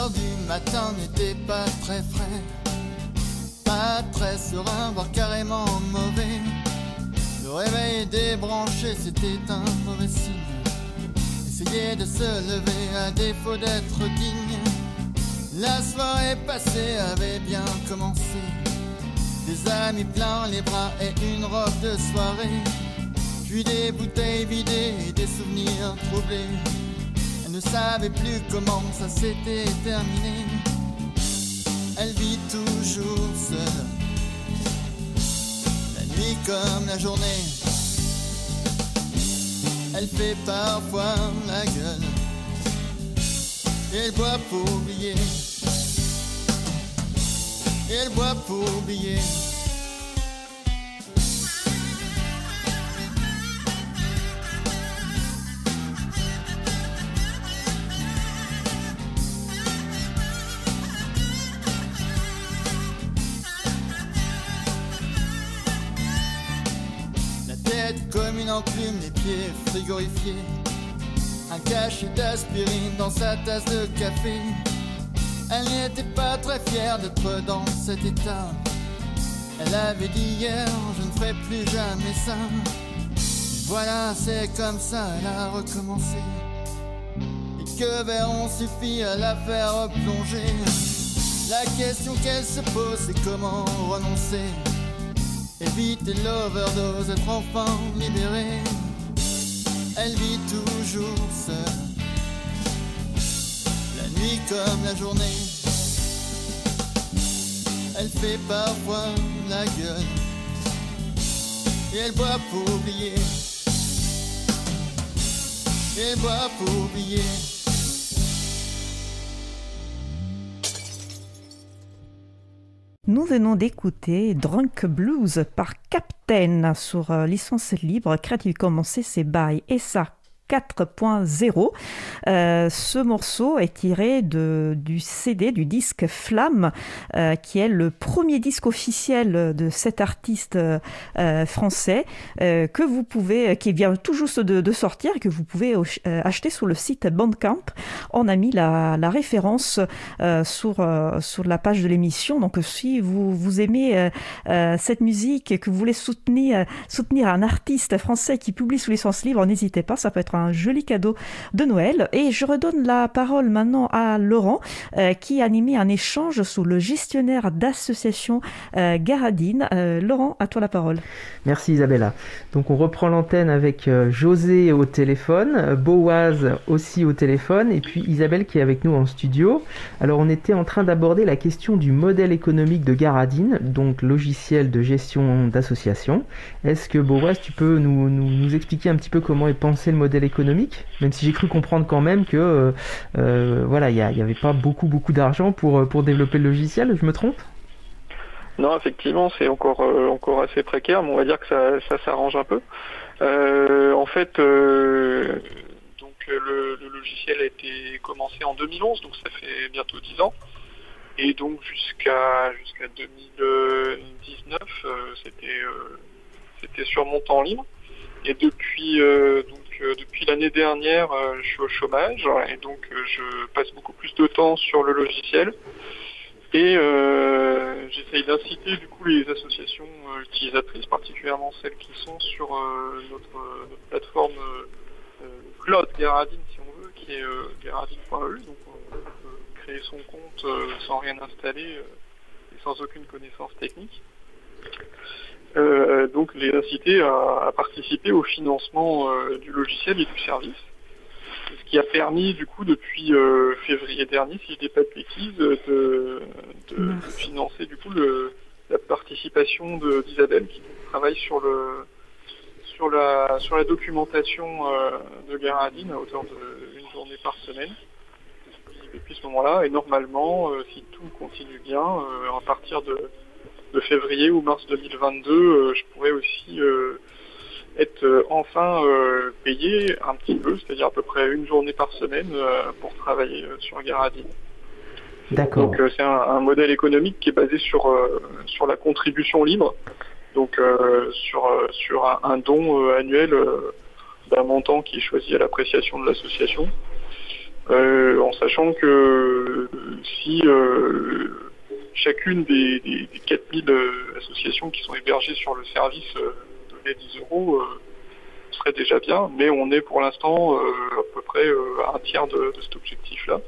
Speaker 7: heures du matin n'était pas très frais, pas très serein, voire carrément mauvais. Le réveil débranché, c'était un mauvais signe. Essayer de se lever à défaut d'être digne. La soirée passée avait bien commencé. Des amis plein les bras et une robe de soirée. Puis des bouteilles vidées et des souvenirs troublés. Elle ne savait plus comment ça s'était terminé. Elle vit toujours seule, la nuit comme la journée. Elle fait parfois la gueule et elle boit pour oublier. Et elle boit pour oublier. Comme une enclume, les pieds frigorifiés. Un cachet d'aspirine dans sa tasse de café. Elle n'était pas très fière d'être dans cet état. Elle avait dit hier, je ne ferai plus jamais ça. Voilà, c'est comme ça, elle a recommencé. Et que verront suffit à la faire plonger. La question qu'elle se pose, c'est comment renoncer. Éviter l'overdose, être enfin libérée. Elle vit toujours seule, la nuit comme la journée. Elle fait parfois la gueule et elle boit pour oublier. Et elle boit pour oublier.
Speaker 1: Nous venons d'écouter Drunk Blues par Captain sur licence libre Creative Commons CC BY SA 4.0. Ce morceau est tiré du CD, du disque Flamme, qui est le premier disque officiel de cet artiste français que vous pouvez, qui vient tout juste de sortir et que vous pouvez acheter sur le site Bandcamp. On a mis la référence sur la page de l'émission. Donc si vous aimez cette musique et que vous voulez soutenir un artiste français qui publie sous licence libre, n'hésitez pas, ça peut être un joli cadeau de Noël. Et je redonne la parole maintenant à Laurent qui a animé un échange sous le gestionnaire d'association Garadine. Laurent, à toi la parole.
Speaker 3: Merci Isabella. Donc on reprend l'antenne avec José au téléphone, Boaz aussi au téléphone et puis Isabelle qui est avec nous en studio. Alors on était en train d'aborder la question du modèle économique de Garadine, donc logiciel de gestion d'association. Est-ce que Boaz, tu peux nous expliquer un petit peu comment est pensé le modèle économique, même si j'ai cru comprendre quand même que voilà, il y avait pas beaucoup d'argent pour développer le logiciel, je me trompe ?
Speaker 5: Non, effectivement, c'est encore assez précaire, mais on va dire que ça s'arrange un peu. En fait, donc le logiciel a été commencé en 2011, donc ça fait bientôt 10 ans. Et donc jusqu'à 2019, c'était sur mon temps libre. Et depuis l'année dernière, je suis au chômage et donc je passe beaucoup plus de temps sur le logiciel. Et j'essaye d'inciter du coup les associations utilisatrices, particulièrement celles qui sont sur notre plateforme Cloud Garadine si on veut, qui est garadine.eu. Donc on peut créer son compte sans rien installer et sans aucune connaissance technique. Donc les inciter à participer au financement du logiciel et du service. Ce qui a permis du coup depuis février dernier, si je dis pas de bêtises, de financer du coup la participation d'Isabelle qui travaille sur la documentation de Garadine à hauteur d'une journée par semaine depuis ce moment-là. Et normalement, si tout continue bien, à partir de février ou mars 2022, je pourrais aussi être enfin payé un petit peu, c'est-à-dire à peu près une journée par semaine pour travailler sur Garadine.
Speaker 3: D'accord.
Speaker 5: Donc c'est un modèle économique qui est basé sur la contribution libre, donc sur un don annuel d'un montant qui est choisi à l'appréciation de l'association. en sachant que si chacune des 4000 associations qui sont hébergées sur le service donnait 10 €, ce serait déjà bien, mais on est pour l'instant à peu près à un tiers de cet objectif-là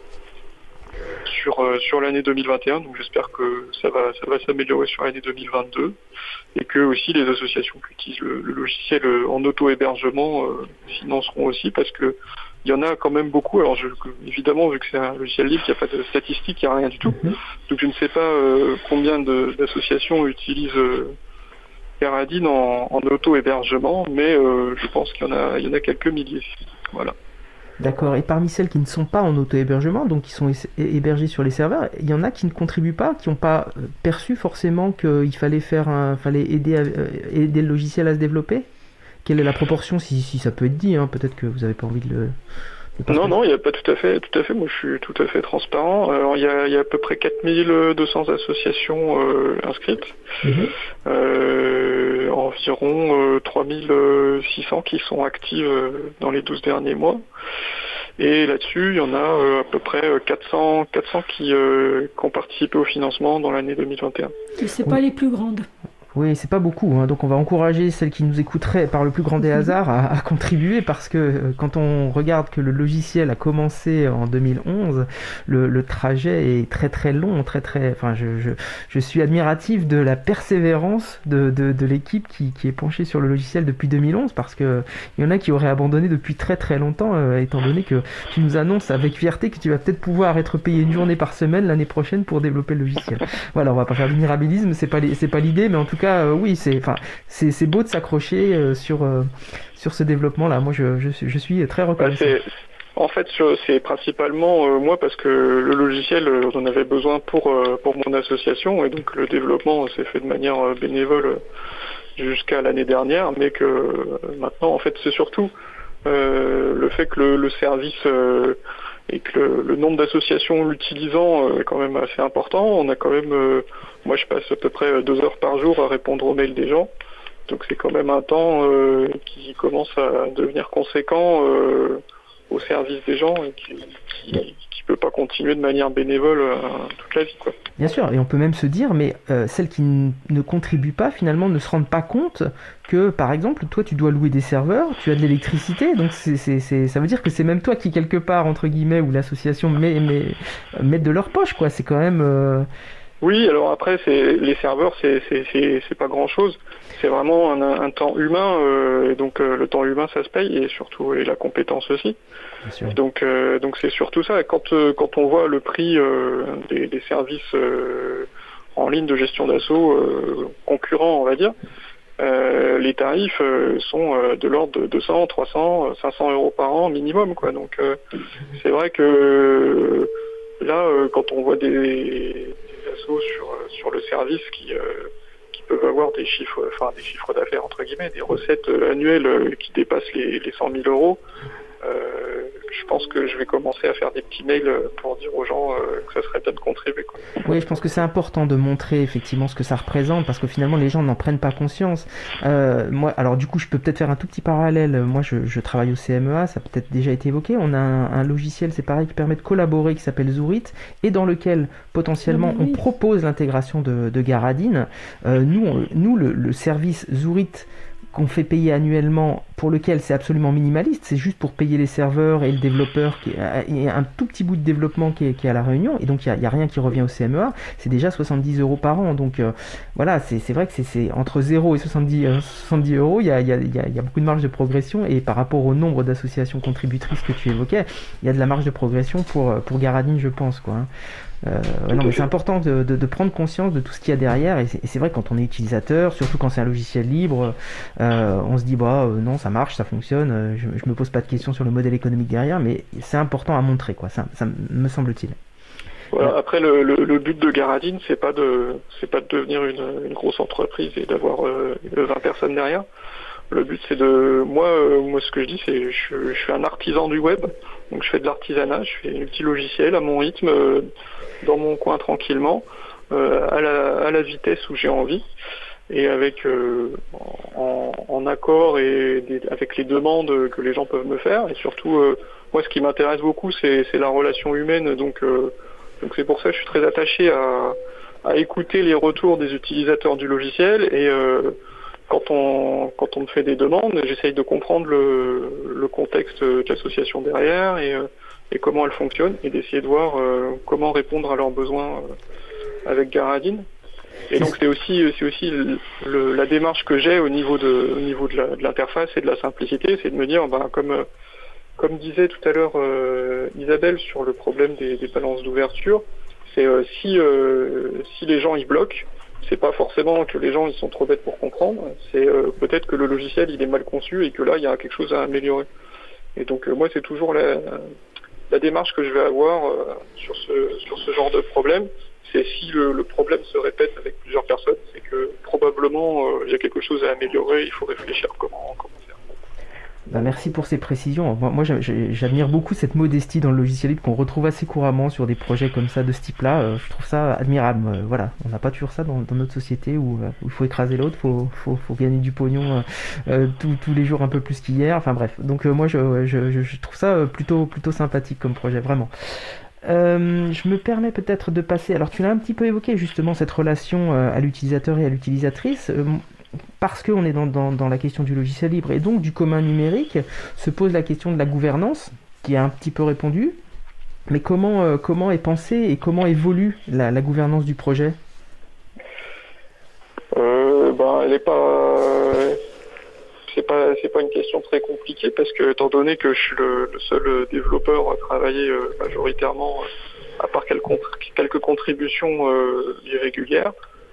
Speaker 5: sur l'année 2021, donc j'espère que ça va s'améliorer sur l'année 2022 et que aussi les associations qui utilisent le logiciel en auto-hébergement financeront aussi, parce que il y en a quand même beaucoup. Alors évidemment, vu que c'est un logiciel libre, il n'y a pas de statistiques, il n'y a rien du tout. Donc je ne sais pas combien d'associations utilisent Garadine en auto-hébergement, mais je pense qu'il y en a quelques milliers. Voilà.
Speaker 3: D'accord. Et parmi celles qui ne sont pas en auto-hébergement, donc qui sont hébergées sur les serveurs, il y en a qui ne contribuent pas, qui n'ont pas perçu forcément qu'il fallait aider le logiciel à se développer? Quelle est la proportion, si ça peut être dit, hein, peut-être que vous n'avez pas envie de le
Speaker 5: Non, il n'y a pas tout à fait. Moi, je suis tout à fait transparent. Alors, il y a à peu près 4200 associations inscrites. Environ 3600 qui sont actives dans les 12 derniers mois. Et là-dessus, il y en a à peu près 400 qui ont participé au financement dans l'année 2021.
Speaker 4: Et c'est pas les plus grandes.
Speaker 3: Oui, c'est pas beaucoup, hein. Donc on va encourager celles qui nous écouteraient par le plus grand des hasards à contribuer, parce que quand on regarde que le logiciel a commencé en 2011, le trajet est très très long, enfin je suis admiratif de la persévérance de l'équipe qui est penchée sur le logiciel depuis 2011, parce que il y en a qui auraient abandonné depuis très très longtemps, étant donné que tu nous annonces avec fierté que tu vas peut-être pouvoir être payé une journée par semaine l'année prochaine pour développer le logiciel. Voilà, on va pas faire du mirabilisme, c'est pas l'idée, mais en tout cas oui, c'est beau de s'accrocher sur ce développement-là. Moi, je suis très reconnaissant.
Speaker 5: En fait, c'est principalement moi, parce que le logiciel, on en avait besoin pour mon association, et donc le développement s'est fait de manière bénévole jusqu'à l'année dernière, mais que maintenant, en fait, c'est surtout le fait que le service et que le nombre d'associations l'utilisant est quand même assez important. On a quand même, moi je passe à peu près 2 heures par jour à répondre aux mails des gens, donc c'est quand même un temps qui commence à devenir conséquent au service des gens et qui peut pas continuer de manière bénévole toute la vie, quoi.
Speaker 3: Bien sûr, et on peut même se dire, mais celles qui ne contribuent pas finalement ne se rendent pas compte que, par exemple, toi tu dois louer des serveurs, tu as de l'électricité, donc ça veut dire que c'est même toi qui, quelque part, entre guillemets, ou l'association met de leur poche, quoi. C'est quand même...
Speaker 5: Oui, alors après, les serveurs, c'est pas grand-chose. C'est vraiment un temps humain, et donc le temps humain, ça se paye, et surtout et la compétence aussi. Donc c'est surtout ça. Quand on voit le prix des services en ligne de gestion d'assaut concurrents, on va dire, les tarifs sont de l'ordre de 200, 300, 500 € par an minimum, quoi. Donc c'est vrai que là, quand on voit des assos sur le service qui peuvent avoir des chiffres d'affaires entre guillemets, des recettes annuelles qui dépassent les 100 000 €, je pense que je vais commencer à faire des petits mails pour dire aux gens que ça serait bien de contribuer, quoi.
Speaker 3: Oui, je pense que c'est important de montrer effectivement ce que ça représente, parce que finalement les gens n'en prennent pas conscience. Moi, alors du coup, je peux peut-être faire un tout petit parallèle. Moi, je travaille au CMEA, ça a peut-être déjà été évoqué. On a un logiciel, c'est pareil, qui permet de collaborer, qui s'appelle Zourit, et dans lequel potentiellement on propose l'intégration de Garadine. Nous, le service Zourit qu'on fait payer annuellement, pour lequel c'est absolument minimaliste, c'est juste pour payer les serveurs et le développeur, et un tout petit bout de développement qui est à La Réunion, et donc il n'y a rien qui revient au CMEA, c'est déjà 70 € par an. Donc voilà, c'est vrai que c'est entre 0 et 70 €, il y a beaucoup de marge de progression, et par rapport au nombre d'associations contributrices que tu évoquais, il y a de la marge de progression pour Garadine, je pense, quoi, hein. Non, mais c'est important de prendre conscience de tout ce qu'il y a derrière, et c'est vrai que quand on est utilisateur, surtout quand c'est un logiciel libre, on se dit non, ça marche, ça fonctionne, je me pose pas de questions sur le modèle économique derrière, mais c'est important à montrer, quoi, ça me semble-t-il.
Speaker 5: Voilà, après le but de Garadine, c'est pas de devenir une grosse entreprise et d'avoir 20 personnes derrière. Le but, c'est moi ce que je dis, c'est je suis un artisan du web, donc je fais de l'artisanat, je fais un petit logiciel à mon rythme, dans mon coin tranquillement, à la vitesse où j'ai envie, et avec en accord et avec les demandes que les gens peuvent me faire, et surtout moi, ce qui m'intéresse beaucoup, c'est la relation humaine. Donc c'est pour ça que je suis très attaché à écouter les retours des utilisateurs du logiciel. Et quand on me fait des demandes, j'essaye de comprendre le contexte de l'association derrière et comment elle fonctionne, et d'essayer de voir comment répondre à leurs besoins avec Garadine. Et donc c'est aussi la démarche que j'ai au niveau de l'interface et de la simplicité, c'est de me dire, comme disait tout à l'heure Isabelle sur le problème des balances d'ouverture, c'est si les gens y bloquent, c'est pas forcément que les gens ils sont trop bêtes pour comprendre, c'est peut-être que le logiciel il est mal conçu et que là il y a quelque chose à améliorer. Et donc moi c'est toujours la démarche que je vais avoir sur ce genre de problème. C'est si le problème se répète avec plusieurs personnes, c'est que probablement il y a quelque chose à améliorer, il faut réfléchir comment faire.
Speaker 3: Merci pour ces précisions. Moi j'admire beaucoup cette modestie dans le logiciel libre qu'on retrouve assez couramment sur des projets comme ça de ce type-là. Je trouve ça admirable. Voilà, on n'a pas toujours ça dans notre société où il faut écraser l'autre, faut gagner du pognon tous les jours un peu plus qu'hier. Enfin bref. Donc moi je trouve ça plutôt sympathique comme projet, vraiment. Je me permets peut-être de passer. Alors tu l'as un petit peu évoqué justement cette relation à l'utilisateur et à l'utilisatrice. Parce qu'on est dans la question du logiciel libre et donc du commun numérique, se pose la question de la gouvernance, qui est un petit peu répondue. Mais comment est pensée et comment évolue la gouvernance du projet ?
Speaker 5: Elle est pas... C'est pas une question très compliquée parce que, étant donné que je suis le seul développeur à travailler majoritairement, à part quelques contributions irrégulières,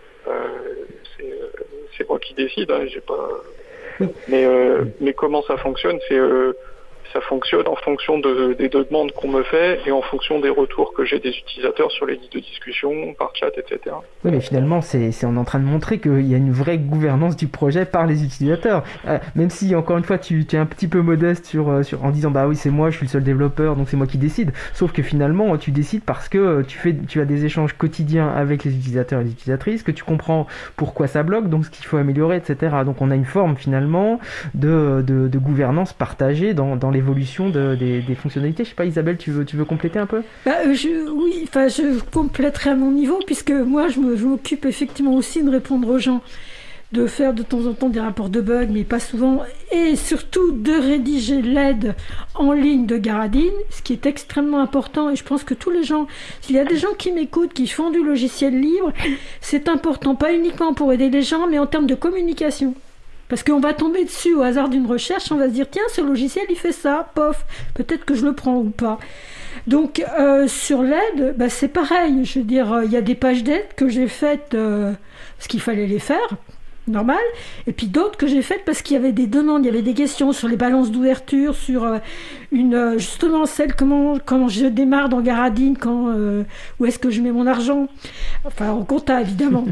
Speaker 5: c'est moi qui décide, hein, j'ai pas. Mais comment ça fonctionne, ça fonctionne en fonction des demandes qu'on me fait et en fonction des retours que j'ai des utilisateurs sur les listes de discussion, par chat, etc.
Speaker 3: Oui, mais finalement, on est en train de montrer qu'il y a une vraie gouvernance du projet par les utilisateurs. Même si, encore une fois, tu es un petit peu modeste en disant « Bah oui, c'est moi, je suis le seul développeur, donc c'est moi qui décide ». Sauf que finalement, tu décides parce que tu as des échanges quotidiens avec les utilisateurs et les utilisatrices, que tu comprends pourquoi ça bloque, donc ce qu'il faut améliorer, etc. Donc on a une forme, finalement, de gouvernance partagée dans l'évolution des fonctionnalités. Je sais pas, Isabelle, tu veux compléter un peu ?
Speaker 4: Je compléterai à mon niveau, puisque moi je m'occupe effectivement aussi de répondre aux gens, de faire de temps en temps des rapports de bugs, mais pas souvent, et surtout de rédiger l'aide en ligne de Garadine, ce qui est extrêmement important. Et je pense que tous les gens, s'il y a des gens qui m'écoutent, qui font du logiciel libre, c'est important, pas uniquement pour aider les gens, mais en termes de communication. Parce qu'on va tomber dessus au hasard d'une recherche, on va se dire, tiens, ce logiciel, il fait ça, pof, peut-être que je le prends ou pas. Donc, sur l'aide, c'est pareil. Je veux dire, il y a des pages d'aide que j'ai faites parce qu'il fallait les faire, normal, et puis d'autres que j'ai faites parce qu'il y avait des demandes, il y avait des questions sur les balances d'ouverture, sur justement celle comment je démarre dans Garadine, où est-ce que je mets mon argent, enfin en compta évidemment.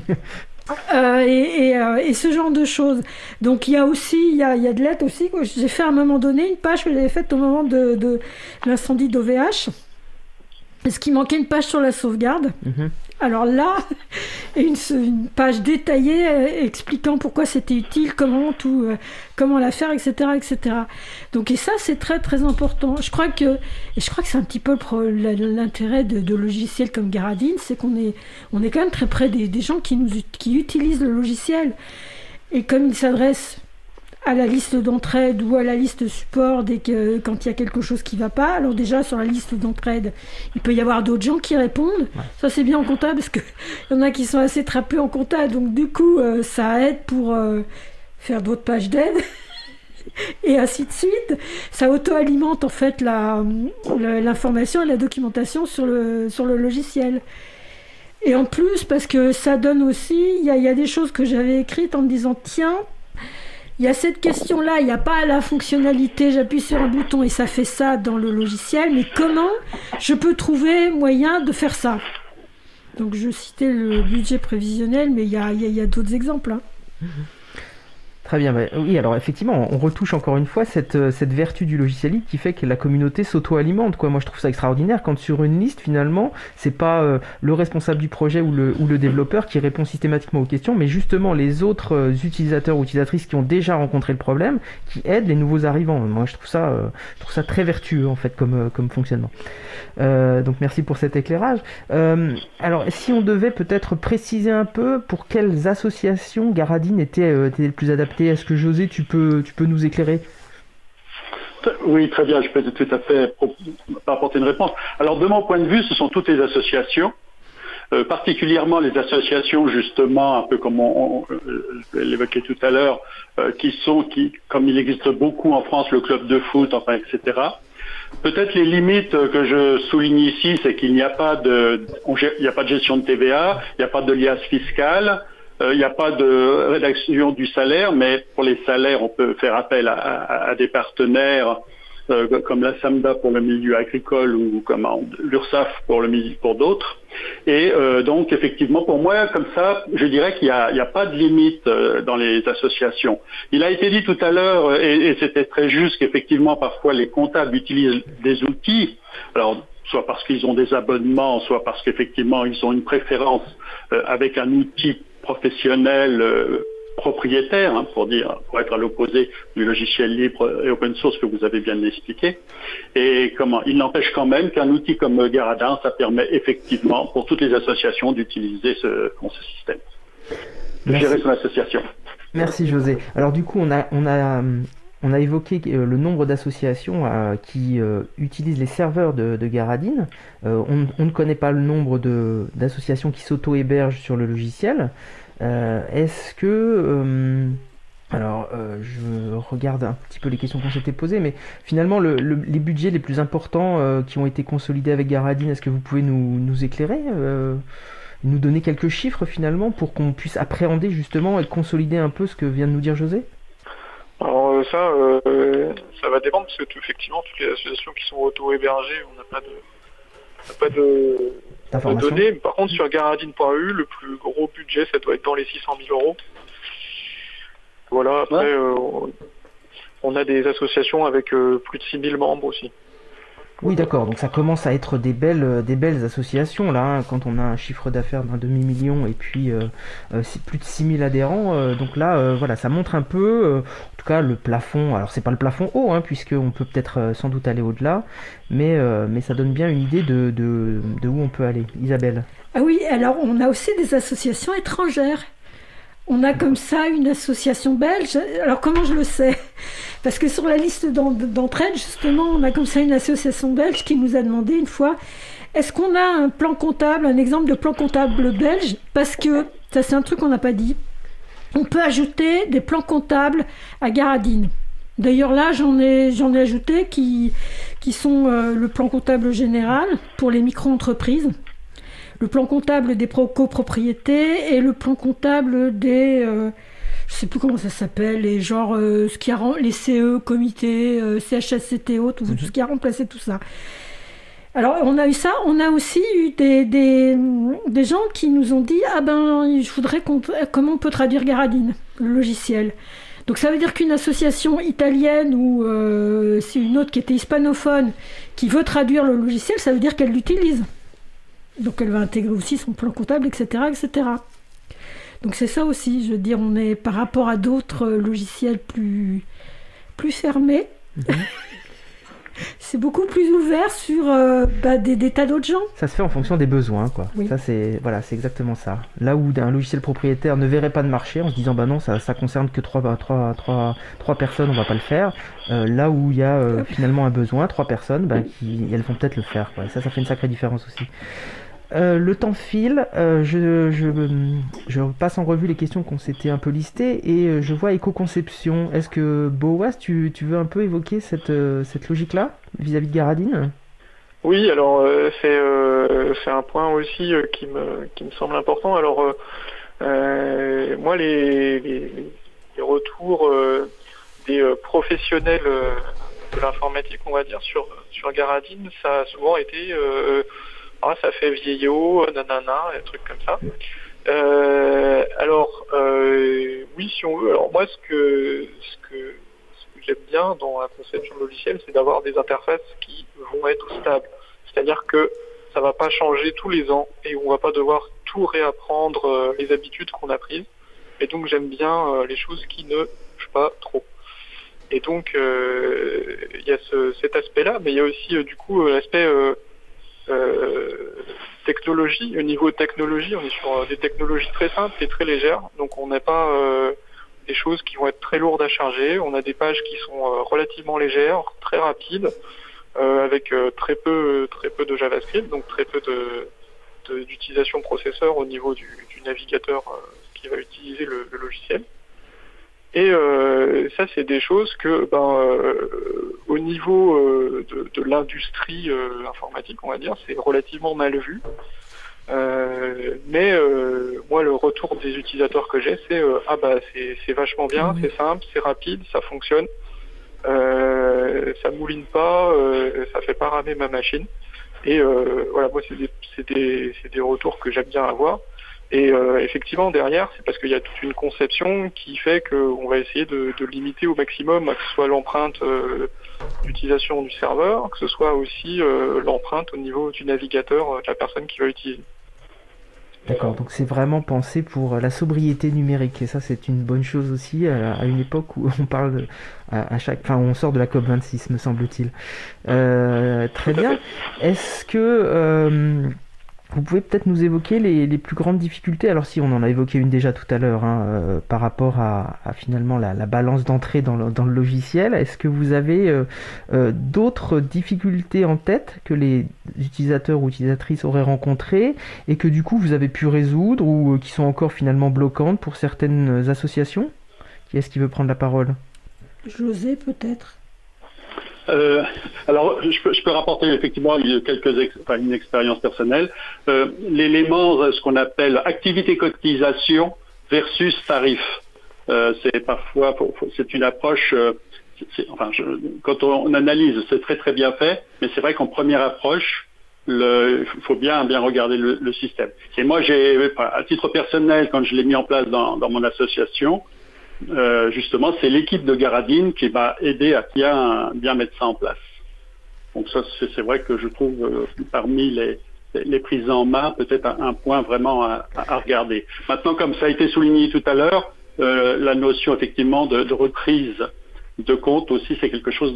Speaker 4: Et ce genre de choses. Donc il y a de l'aide aussi. J'ai fait à un moment donné une page que j'avais faite au moment de l'incendie d'OVH, parce qu'il manquait une page sur la sauvegarde. Alors là, une page détaillée expliquant pourquoi c'était utile, comment la faire, etc., etc. Donc, et ça, c'est très, très important. Je crois que c'est un petit peu l'intérêt de logiciels comme Garadine, c'est qu'on est quand même très près des gens qui utilisent le logiciel. Et comme ils s'adressent à la liste d'entraide ou à la liste support quand il y a quelque chose qui ne va pas. Alors déjà, sur la liste d'entraide, il peut y avoir d'autres gens qui répondent. Ouais. Ça, c'est bien en compta parce qu'il y en a qui sont assez trapus en compta. Donc du coup, ça aide pour faire d'autres pages d'aide. Et ainsi de suite. Ça auto-alimente en fait l'information et la documentation sur le logiciel. Et en plus, parce que ça donne aussi... Il y a des choses que j'avais écrites en me disant, tiens... Il y a cette question-là, il n'y a pas la fonctionnalité, j'appuie sur un bouton et ça fait ça dans le logiciel, mais comment je peux trouver moyen de faire ça ? Donc je citais le budget prévisionnel, mais il y a d'autres exemples. Hein.
Speaker 3: Très bien, oui, alors effectivement, on retouche encore une fois cette vertu du logiciel libre qui fait que la communauté s'auto-alimente, quoi. Moi, je trouve ça extraordinaire quand sur une liste, finalement, c'est pas le responsable du projet ou le développeur qui répond systématiquement aux questions, mais justement les autres utilisateurs ou utilisatrices qui ont déjà rencontré le problème, qui aident les nouveaux arrivants. Moi, je trouve ça très vertueux, en fait, comme fonctionnement. Donc, merci pour cet éclairage. Alors, si on devait peut-être préciser un peu pour quelles associations Garadine était le plus adapté, est-ce que José, tu peux nous éclairer?
Speaker 6: Oui, très bien, je peux tout à fait apporter une réponse. Alors, de mon point de vue, ce sont toutes les associations, particulièrement les associations, justement, un peu comme on l'évoquait tout à l'heure, qui, comme il existe beaucoup en France, le club de foot, enfin, etc. Peut-être les limites que je souligne ici, c'est qu'il n'y a pas de gestion de TVA, il n'y a pas de liasse fiscale, il n'y a pas de rédaction du salaire, mais pour les salaires, on peut faire appel à des partenaires comme la SAMDA pour le milieu agricole ou comme l'URSSAF pour d'autres. Et donc, effectivement, pour moi, comme ça, je dirais qu'il n'y a pas de limite dans les associations. Il a été dit tout à l'heure, et c'était très juste, qu'effectivement, parfois, les comptables utilisent des outils. Alors, soit parce qu'ils ont des abonnements, soit parce qu'effectivement, ils ont une préférence avec un outil professionnel propriétaire, pour être à l'opposé du logiciel libre et open source que vous avez bien expliqué. Et il n'empêche quand même qu'un outil comme Garadin, ça permet effectivement pour toutes les associations d'utiliser ce système, de gérer son association.
Speaker 3: Merci José. Alors du coup, on a évoqué le nombre d'associations qui utilisent les serveurs de Garadine. On ne connaît pas le nombre d'associations qui s'auto-hébergent sur le logiciel. Est-ce que... je regarde un petit peu les questions qu'on s'était posées, mais finalement, les budgets les plus importants qui ont été consolidés avec Garadine, est-ce que vous pouvez nous éclairer, nous donner quelques chiffres finalement pour qu'on puisse appréhender justement et consolider un peu ce que vient de nous dire José?
Speaker 5: Alors ça va dépendre parce que effectivement toutes les associations qui sont auto-hébergées, on n'a pas de données. Par contre sur garadine.eu, le plus gros budget ça doit être dans les 600 000 €. Voilà, après on a des associations avec plus de 6 000 membres aussi.
Speaker 3: Oui d'accord, donc ça commence à être des belles associations là, hein, quand on a un chiffre d'affaires d'1 demi-million et puis plus de 6 000 adhérents, donc là voilà, ça montre un peu, en tout cas le plafond, alors c'est pas le plafond haut, hein, puisqu'on peut peut-être sans doute aller au-delà, mais ça donne bien une idée de où on peut aller. Isabelle?
Speaker 4: Ah oui, alors on a aussi des associations étrangères. On a comme ça une association belge. Alors comment je le sais? Parce que sur la liste d'entraide, justement, on a comme ça une association belge qui nous a demandé une fois, est-ce qu'on a un plan comptable, un exemple de plan comptable belge? Parce que, ça c'est un truc qu'on n'a pas dit, on peut ajouter des plans comptables à Garadine. D'ailleurs là, j'en ai ajouté qui sont le plan comptable général pour les micro-entreprises, le plan comptable des copropriétés et le plan comptable des... je sais plus comment ça s'appelle, les genres, ce qui a les CE, comités, CHSCTO, tout ce qui a remplacé tout ça. Alors on a eu ça, on a aussi eu des gens qui nous ont dit je voudrais comment on peut traduire Garadine, le logiciel. Donc ça veut dire qu'une association italienne ou c'est une autre qui était hispanophone qui veut traduire le logiciel, ça veut dire qu'elle l'utilise. Donc elle va intégrer aussi son plan comptable, etc., etc. Donc c'est ça aussi, je veux dire, on est par rapport à d'autres logiciels plus fermés. C'est beaucoup plus ouvert sur des tas d'autres gens. Ça
Speaker 3: se fait en fonction des besoins, quoi. Oui. Ça c'est exactement ça. Là où un logiciel propriétaire ne verrait pas de marché en se disant non, ça concerne que trois personnes, on va pas le faire. Là où il y a finalement un besoin, 3 personnes, elles vont peut-être le faire, quoi. Ça fait une sacrée différence aussi. Le temps file, je passe en revue les questions qu'on s'était un peu listées et je vois éco-conception. Est-ce que Boaz, tu veux un peu évoquer cette logique-là vis-à-vis de Garadine?
Speaker 5: Oui, alors c'est un point aussi qui me semble important. Alors moi les retours des professionnels de l'informatique, on va dire, sur Garadine, ça a souvent été ça fait vieillot, nanana, des trucs comme ça. Oui, si on veut. Alors moi, ce que j'aime bien dans la conception logicielle, c'est d'avoir des interfaces qui vont être stables. C'est-à-dire que ça va pas changer tous les ans et on va pas devoir tout réapprendre les habitudes qu'on a prises. Et donc j'aime bien les choses qui ne changent pas trop. Et donc il y a cet aspect-là, mais il y a aussi du coup l'aspect technologie. Au niveau technologie, on est sur des technologies très simples et très légères. Donc on n'a pas des choses qui vont être très lourdes à charger. On a des pages qui sont relativement légères, très rapides, avec très peu de JavaScript, donc très peu d'utilisation processeur au niveau du navigateur qui va utiliser le logiciel. Et ça, c'est des choses que, au niveau de l'industrie informatique, on va dire, c'est relativement mal vu. Mais moi, le retour des utilisateurs que j'ai, c'est c'est vachement bien, c'est simple, c'est rapide, ça fonctionne, ça mouline pas, ça fait pas ramer ma machine. Et voilà, moi, c'est des retours que j'aime bien avoir. Et effectivement, derrière, c'est parce qu'il y a toute une conception qui fait qu'on va essayer de limiter au maximum, que ce soit l'empreinte d'utilisation du serveur, que ce soit aussi l'empreinte au niveau du navigateur de la personne qui va utiliser.
Speaker 3: D'accord, donc c'est vraiment pensé pour la sobriété numérique, et ça c'est une bonne chose aussi à une époque où on parle on sort de la COP26, me semble-t-il. Très bien. Est-ce que vous pouvez peut-être nous évoquer les plus grandes difficultés? Alors si on en a évoqué une déjà tout à l'heure, par rapport à finalement la balance d'entrée dans le logiciel, est-ce que vous avez d'autres difficultés en tête que les utilisateurs ou utilisatrices auraient rencontrées et que du coup vous avez pu résoudre ou qui sont encore finalement bloquantes pour certaines associations? Qui est-ce qui veut prendre la parole?
Speaker 4: José peut-être.
Speaker 6: Alors, je peux rapporter effectivement une expérience personnelle. L'élément, ce qu'on appelle activité cotisation versus tarif, c'est parfois, c'est une approche. Quand on analyse, c'est très très bien fait, mais c'est vrai qu'en première approche, il faut bien regarder le système. Et moi, à titre personnel, quand je l'ai mis en place dans mon association, justement, c'est l'équipe de Garadine qui m'a aidé à bien mettre ça en place. Donc ça, c'est vrai que je trouve parmi les prises en main, peut-être un point vraiment à regarder. Maintenant, comme ça a été souligné tout à l'heure, la notion effectivement de reprise de compte aussi, c'est quelque chose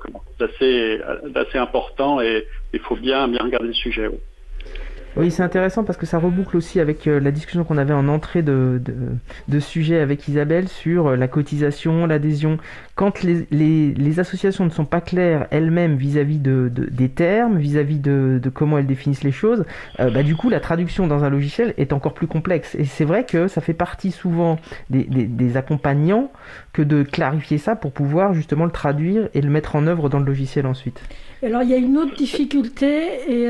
Speaker 6: d'assez important et il faut bien regarder le sujet. Oui.
Speaker 3: Oui, c'est intéressant parce que ça reboucle aussi avec la discussion qu'on avait en entrée de sujet avec Isabelle sur la cotisation, l'adhésion. Quand les associations ne sont pas claires elles-mêmes vis-à-vis des termes, vis-à-vis de comment elles définissent les choses, du coup la traduction dans un logiciel est encore plus complexe. Et c'est vrai que ça fait partie souvent des accompagnants que de clarifier ça pour pouvoir justement le traduire et le mettre en œuvre dans le logiciel ensuite.
Speaker 4: Alors il y a une autre difficulté et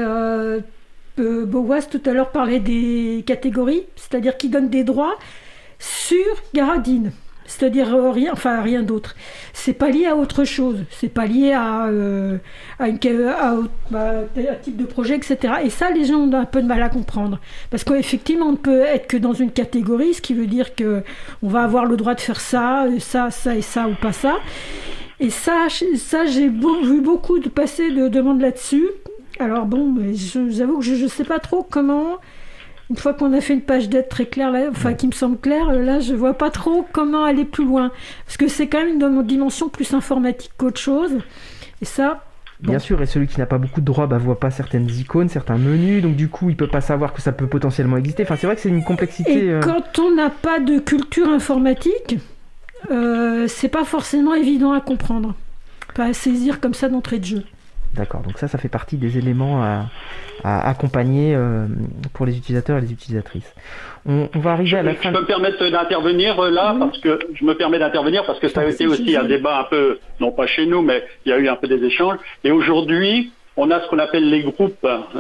Speaker 4: Boaz tout à l'heure parlait des catégories, c'est-à-dire qui donnent des droits sur Garadine, c'est-à-dire rien d'autre. C'est pas lié à autre chose, c'est pas lié à un type de projet, etc. Et ça, les gens ont un peu de mal à comprendre, parce qu'effectivement, on ne peut être que dans une catégorie, ce qui veut dire que on va avoir le droit de faire ça et ça ou pas ça. Et ça j'ai vu beaucoup de passer de demandes là-dessus. Alors j'avoue que je ne sais pas trop comment, une fois qu'on a fait une page d'aide très claire, qui me semble claire, là je ne vois pas trop comment aller plus loin. Parce que c'est quand même une dimension plus informatique qu'autre chose. Et ça...
Speaker 3: Bien sûr, et celui qui n'a pas beaucoup de droits voit pas certaines icônes, certains menus, donc du coup il peut pas savoir que ça peut potentiellement exister. Enfin, c'est vrai que c'est une complexité...
Speaker 4: Et quand on n'a pas de culture informatique, c'est pas forcément évident à comprendre. Pas à saisir comme ça d'entrée de jeu.
Speaker 3: D'accord, donc ça fait partie des éléments à accompagner pour les utilisateurs et les utilisatrices. On va arriver à la fin.
Speaker 6: Je peux me permettre d'intervenir là, parce que ça a été aussi un débat un peu, non pas chez nous, mais il y a eu un peu des échanges. Et aujourd'hui, on a ce qu'on appelle les groupes,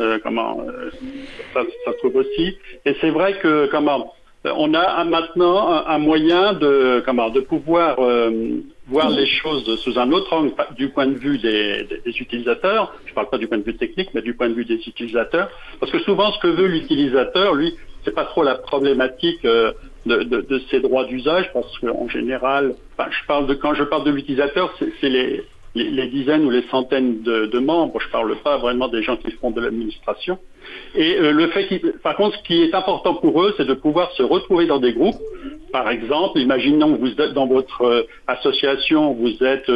Speaker 6: ça se trouve aussi. Et c'est vrai que on a maintenant un moyen de pouvoir voir les choses sous un autre angle, du point de vue des utilisateurs. Je ne parle pas du point de vue technique, mais du point de vue des utilisateurs. Parce que souvent, ce que veut l'utilisateur, lui, c'est pas trop la problématique de ces droits d'usage, parce qu'en général, quand je parle de l'utilisateur, c'est les dizaines ou les centaines de membres. Je parle pas vraiment des gens qui font de l'administration. Et par contre, ce qui est important pour eux, c'est de pouvoir se retrouver dans des groupes. Par exemple, imaginons que vous êtes dans votre association, vous êtes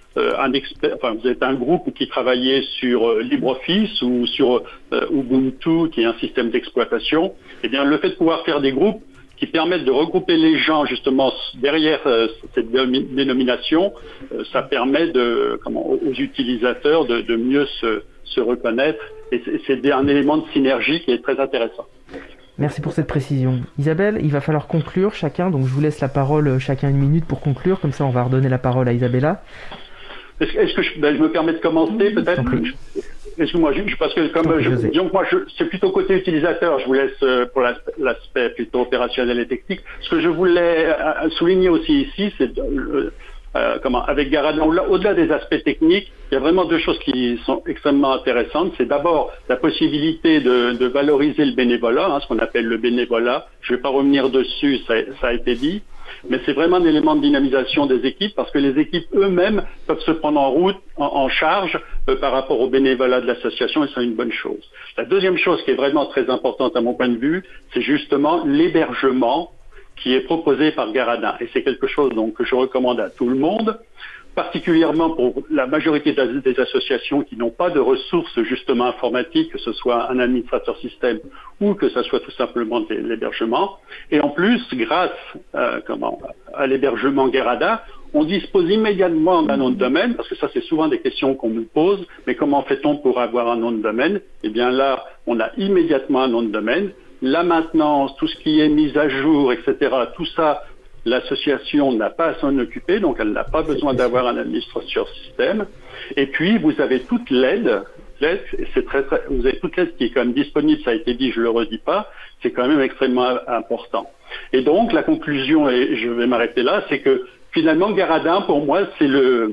Speaker 6: vous êtes un groupe qui travaillait sur LibreOffice ou sur Ubuntu, qui est un système d'exploitation. Eh bien, le fait de pouvoir faire des groupes qui permettent de regrouper les gens justement derrière cette dénomination, ça permet aux utilisateurs de mieux se reconnaître, et c'est un élément de synergie qui est très intéressant.
Speaker 3: Merci pour cette précision. Isabelle, il va falloir conclure chacun, donc je vous laisse la parole chacun 1 minute pour conclure, comme ça on va redonner la parole à Isabella.
Speaker 6: Est-ce que je me permets de commencer peut-être? Excuse-moi, parce que disons que moi, c'est plutôt côté utilisateur, je vous laisse pour l'aspect plutôt opérationnel et technique. Ce que je voulais souligner aussi ici, c'est avec Garadan, au-delà des aspects techniques, il y a vraiment 2 choses qui sont extrêmement intéressantes. C'est d'abord la possibilité de valoriser le bénévolat, ce qu'on appelle le bénévolat. Je ne vais pas revenir dessus, ça a été dit. Mais c'est vraiment un élément de dynamisation des équipes, parce que les équipes eux-mêmes peuvent se prendre en charge par rapport au bénévolat de l'association, et c'est une bonne chose. La deuxième chose qui est vraiment très importante à mon point de vue, c'est justement l'hébergement qui est proposé par Garadan. Et c'est quelque chose que je recommande à tout le monde, particulièrement pour la majorité des associations qui n'ont pas de ressources justement informatiques, que ce soit un administrateur système ou que ce soit tout simplement de l'hébergement. Et en plus, grâce à l'hébergement Garadan, on dispose immédiatement d'un nom de domaine, parce que ça c'est souvent des questions qu'on nous pose, mais comment fait-on pour avoir un nom de domaine? Eh bien là, on a immédiatement un nom de domaine. La maintenance, tout ce qui est mise à jour, etc., tout ça, l'association n'a pas à s'en occuper, donc elle n'a pas besoin d'avoir un administrateur système. Et puis, vous avez toute l'aide, vous avez toute l'aide qui est quand même disponible, ça a été dit, je le redis pas, c'est quand même extrêmement important. Et donc, la conclusion, et je vais m'arrêter là, c'est que finalement, Garadan, pour moi, c'est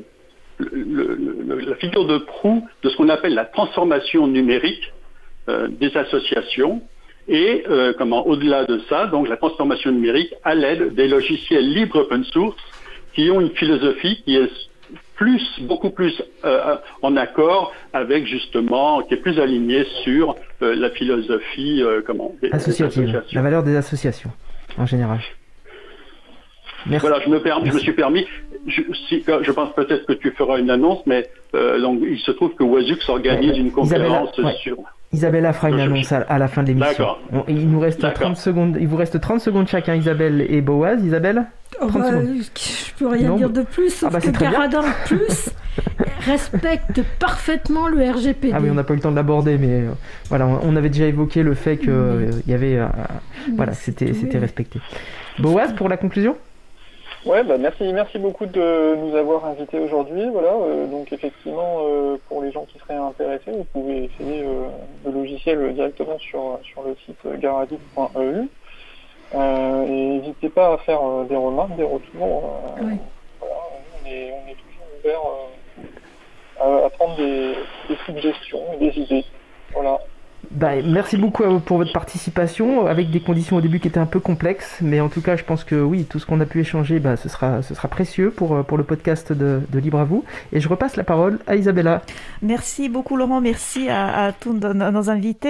Speaker 6: la figure de proue de ce qu'on appelle la transformation numérique des associations. Et au-delà de ça, donc la transformation numérique à l'aide des logiciels libres open source qui ont une philosophie qui est beaucoup plus en accord avec justement, qui est plus alignée sur la philosophie
Speaker 3: associative, la valeur des associations en général. Merci.
Speaker 6: Voilà, je me suis permis. Je pense peut-être que tu feras une annonce, mais donc il se trouve que Wazux organise une conférence sur.
Speaker 3: Isabella fera une annonce à la fin de l'émission.
Speaker 6: D'accord.
Speaker 3: Il nous reste 30 secondes. Il vous reste 30 secondes chacun, Isabelle et Boaz. Isabelle, 30 secondes.
Speaker 4: Je peux rien dire de plus, sauf que Garadan Plus respecte parfaitement le RGPD.
Speaker 3: Ah oui, on n'a pas eu le temps de l'aborder, mais voilà, on avait déjà évoqué le fait que il y avait, c'était respecté. Boaz, pour la conclusion.
Speaker 5: Ouais, merci beaucoup de nous avoir invités aujourd'hui. Voilà, donc effectivement, pour les gens qui seraient intéressés, vous pouvez essayer le logiciel directement sur le site garadin.eu. Et n'hésitez pas à faire des remarques, des retours.
Speaker 4: Oui.
Speaker 5: Voilà, on est toujours ouvert à prendre des suggestions et des idées. Voilà.
Speaker 3: Merci beaucoup pour votre participation, avec des conditions au début qui étaient un peu complexes, mais en tout cas je pense que oui, tout ce qu'on a pu échanger, ce sera précieux pour le podcast de Libre à vous. Et je repasse la parole à Isabella.
Speaker 1: Merci beaucoup Laurent, merci à tous nos invités.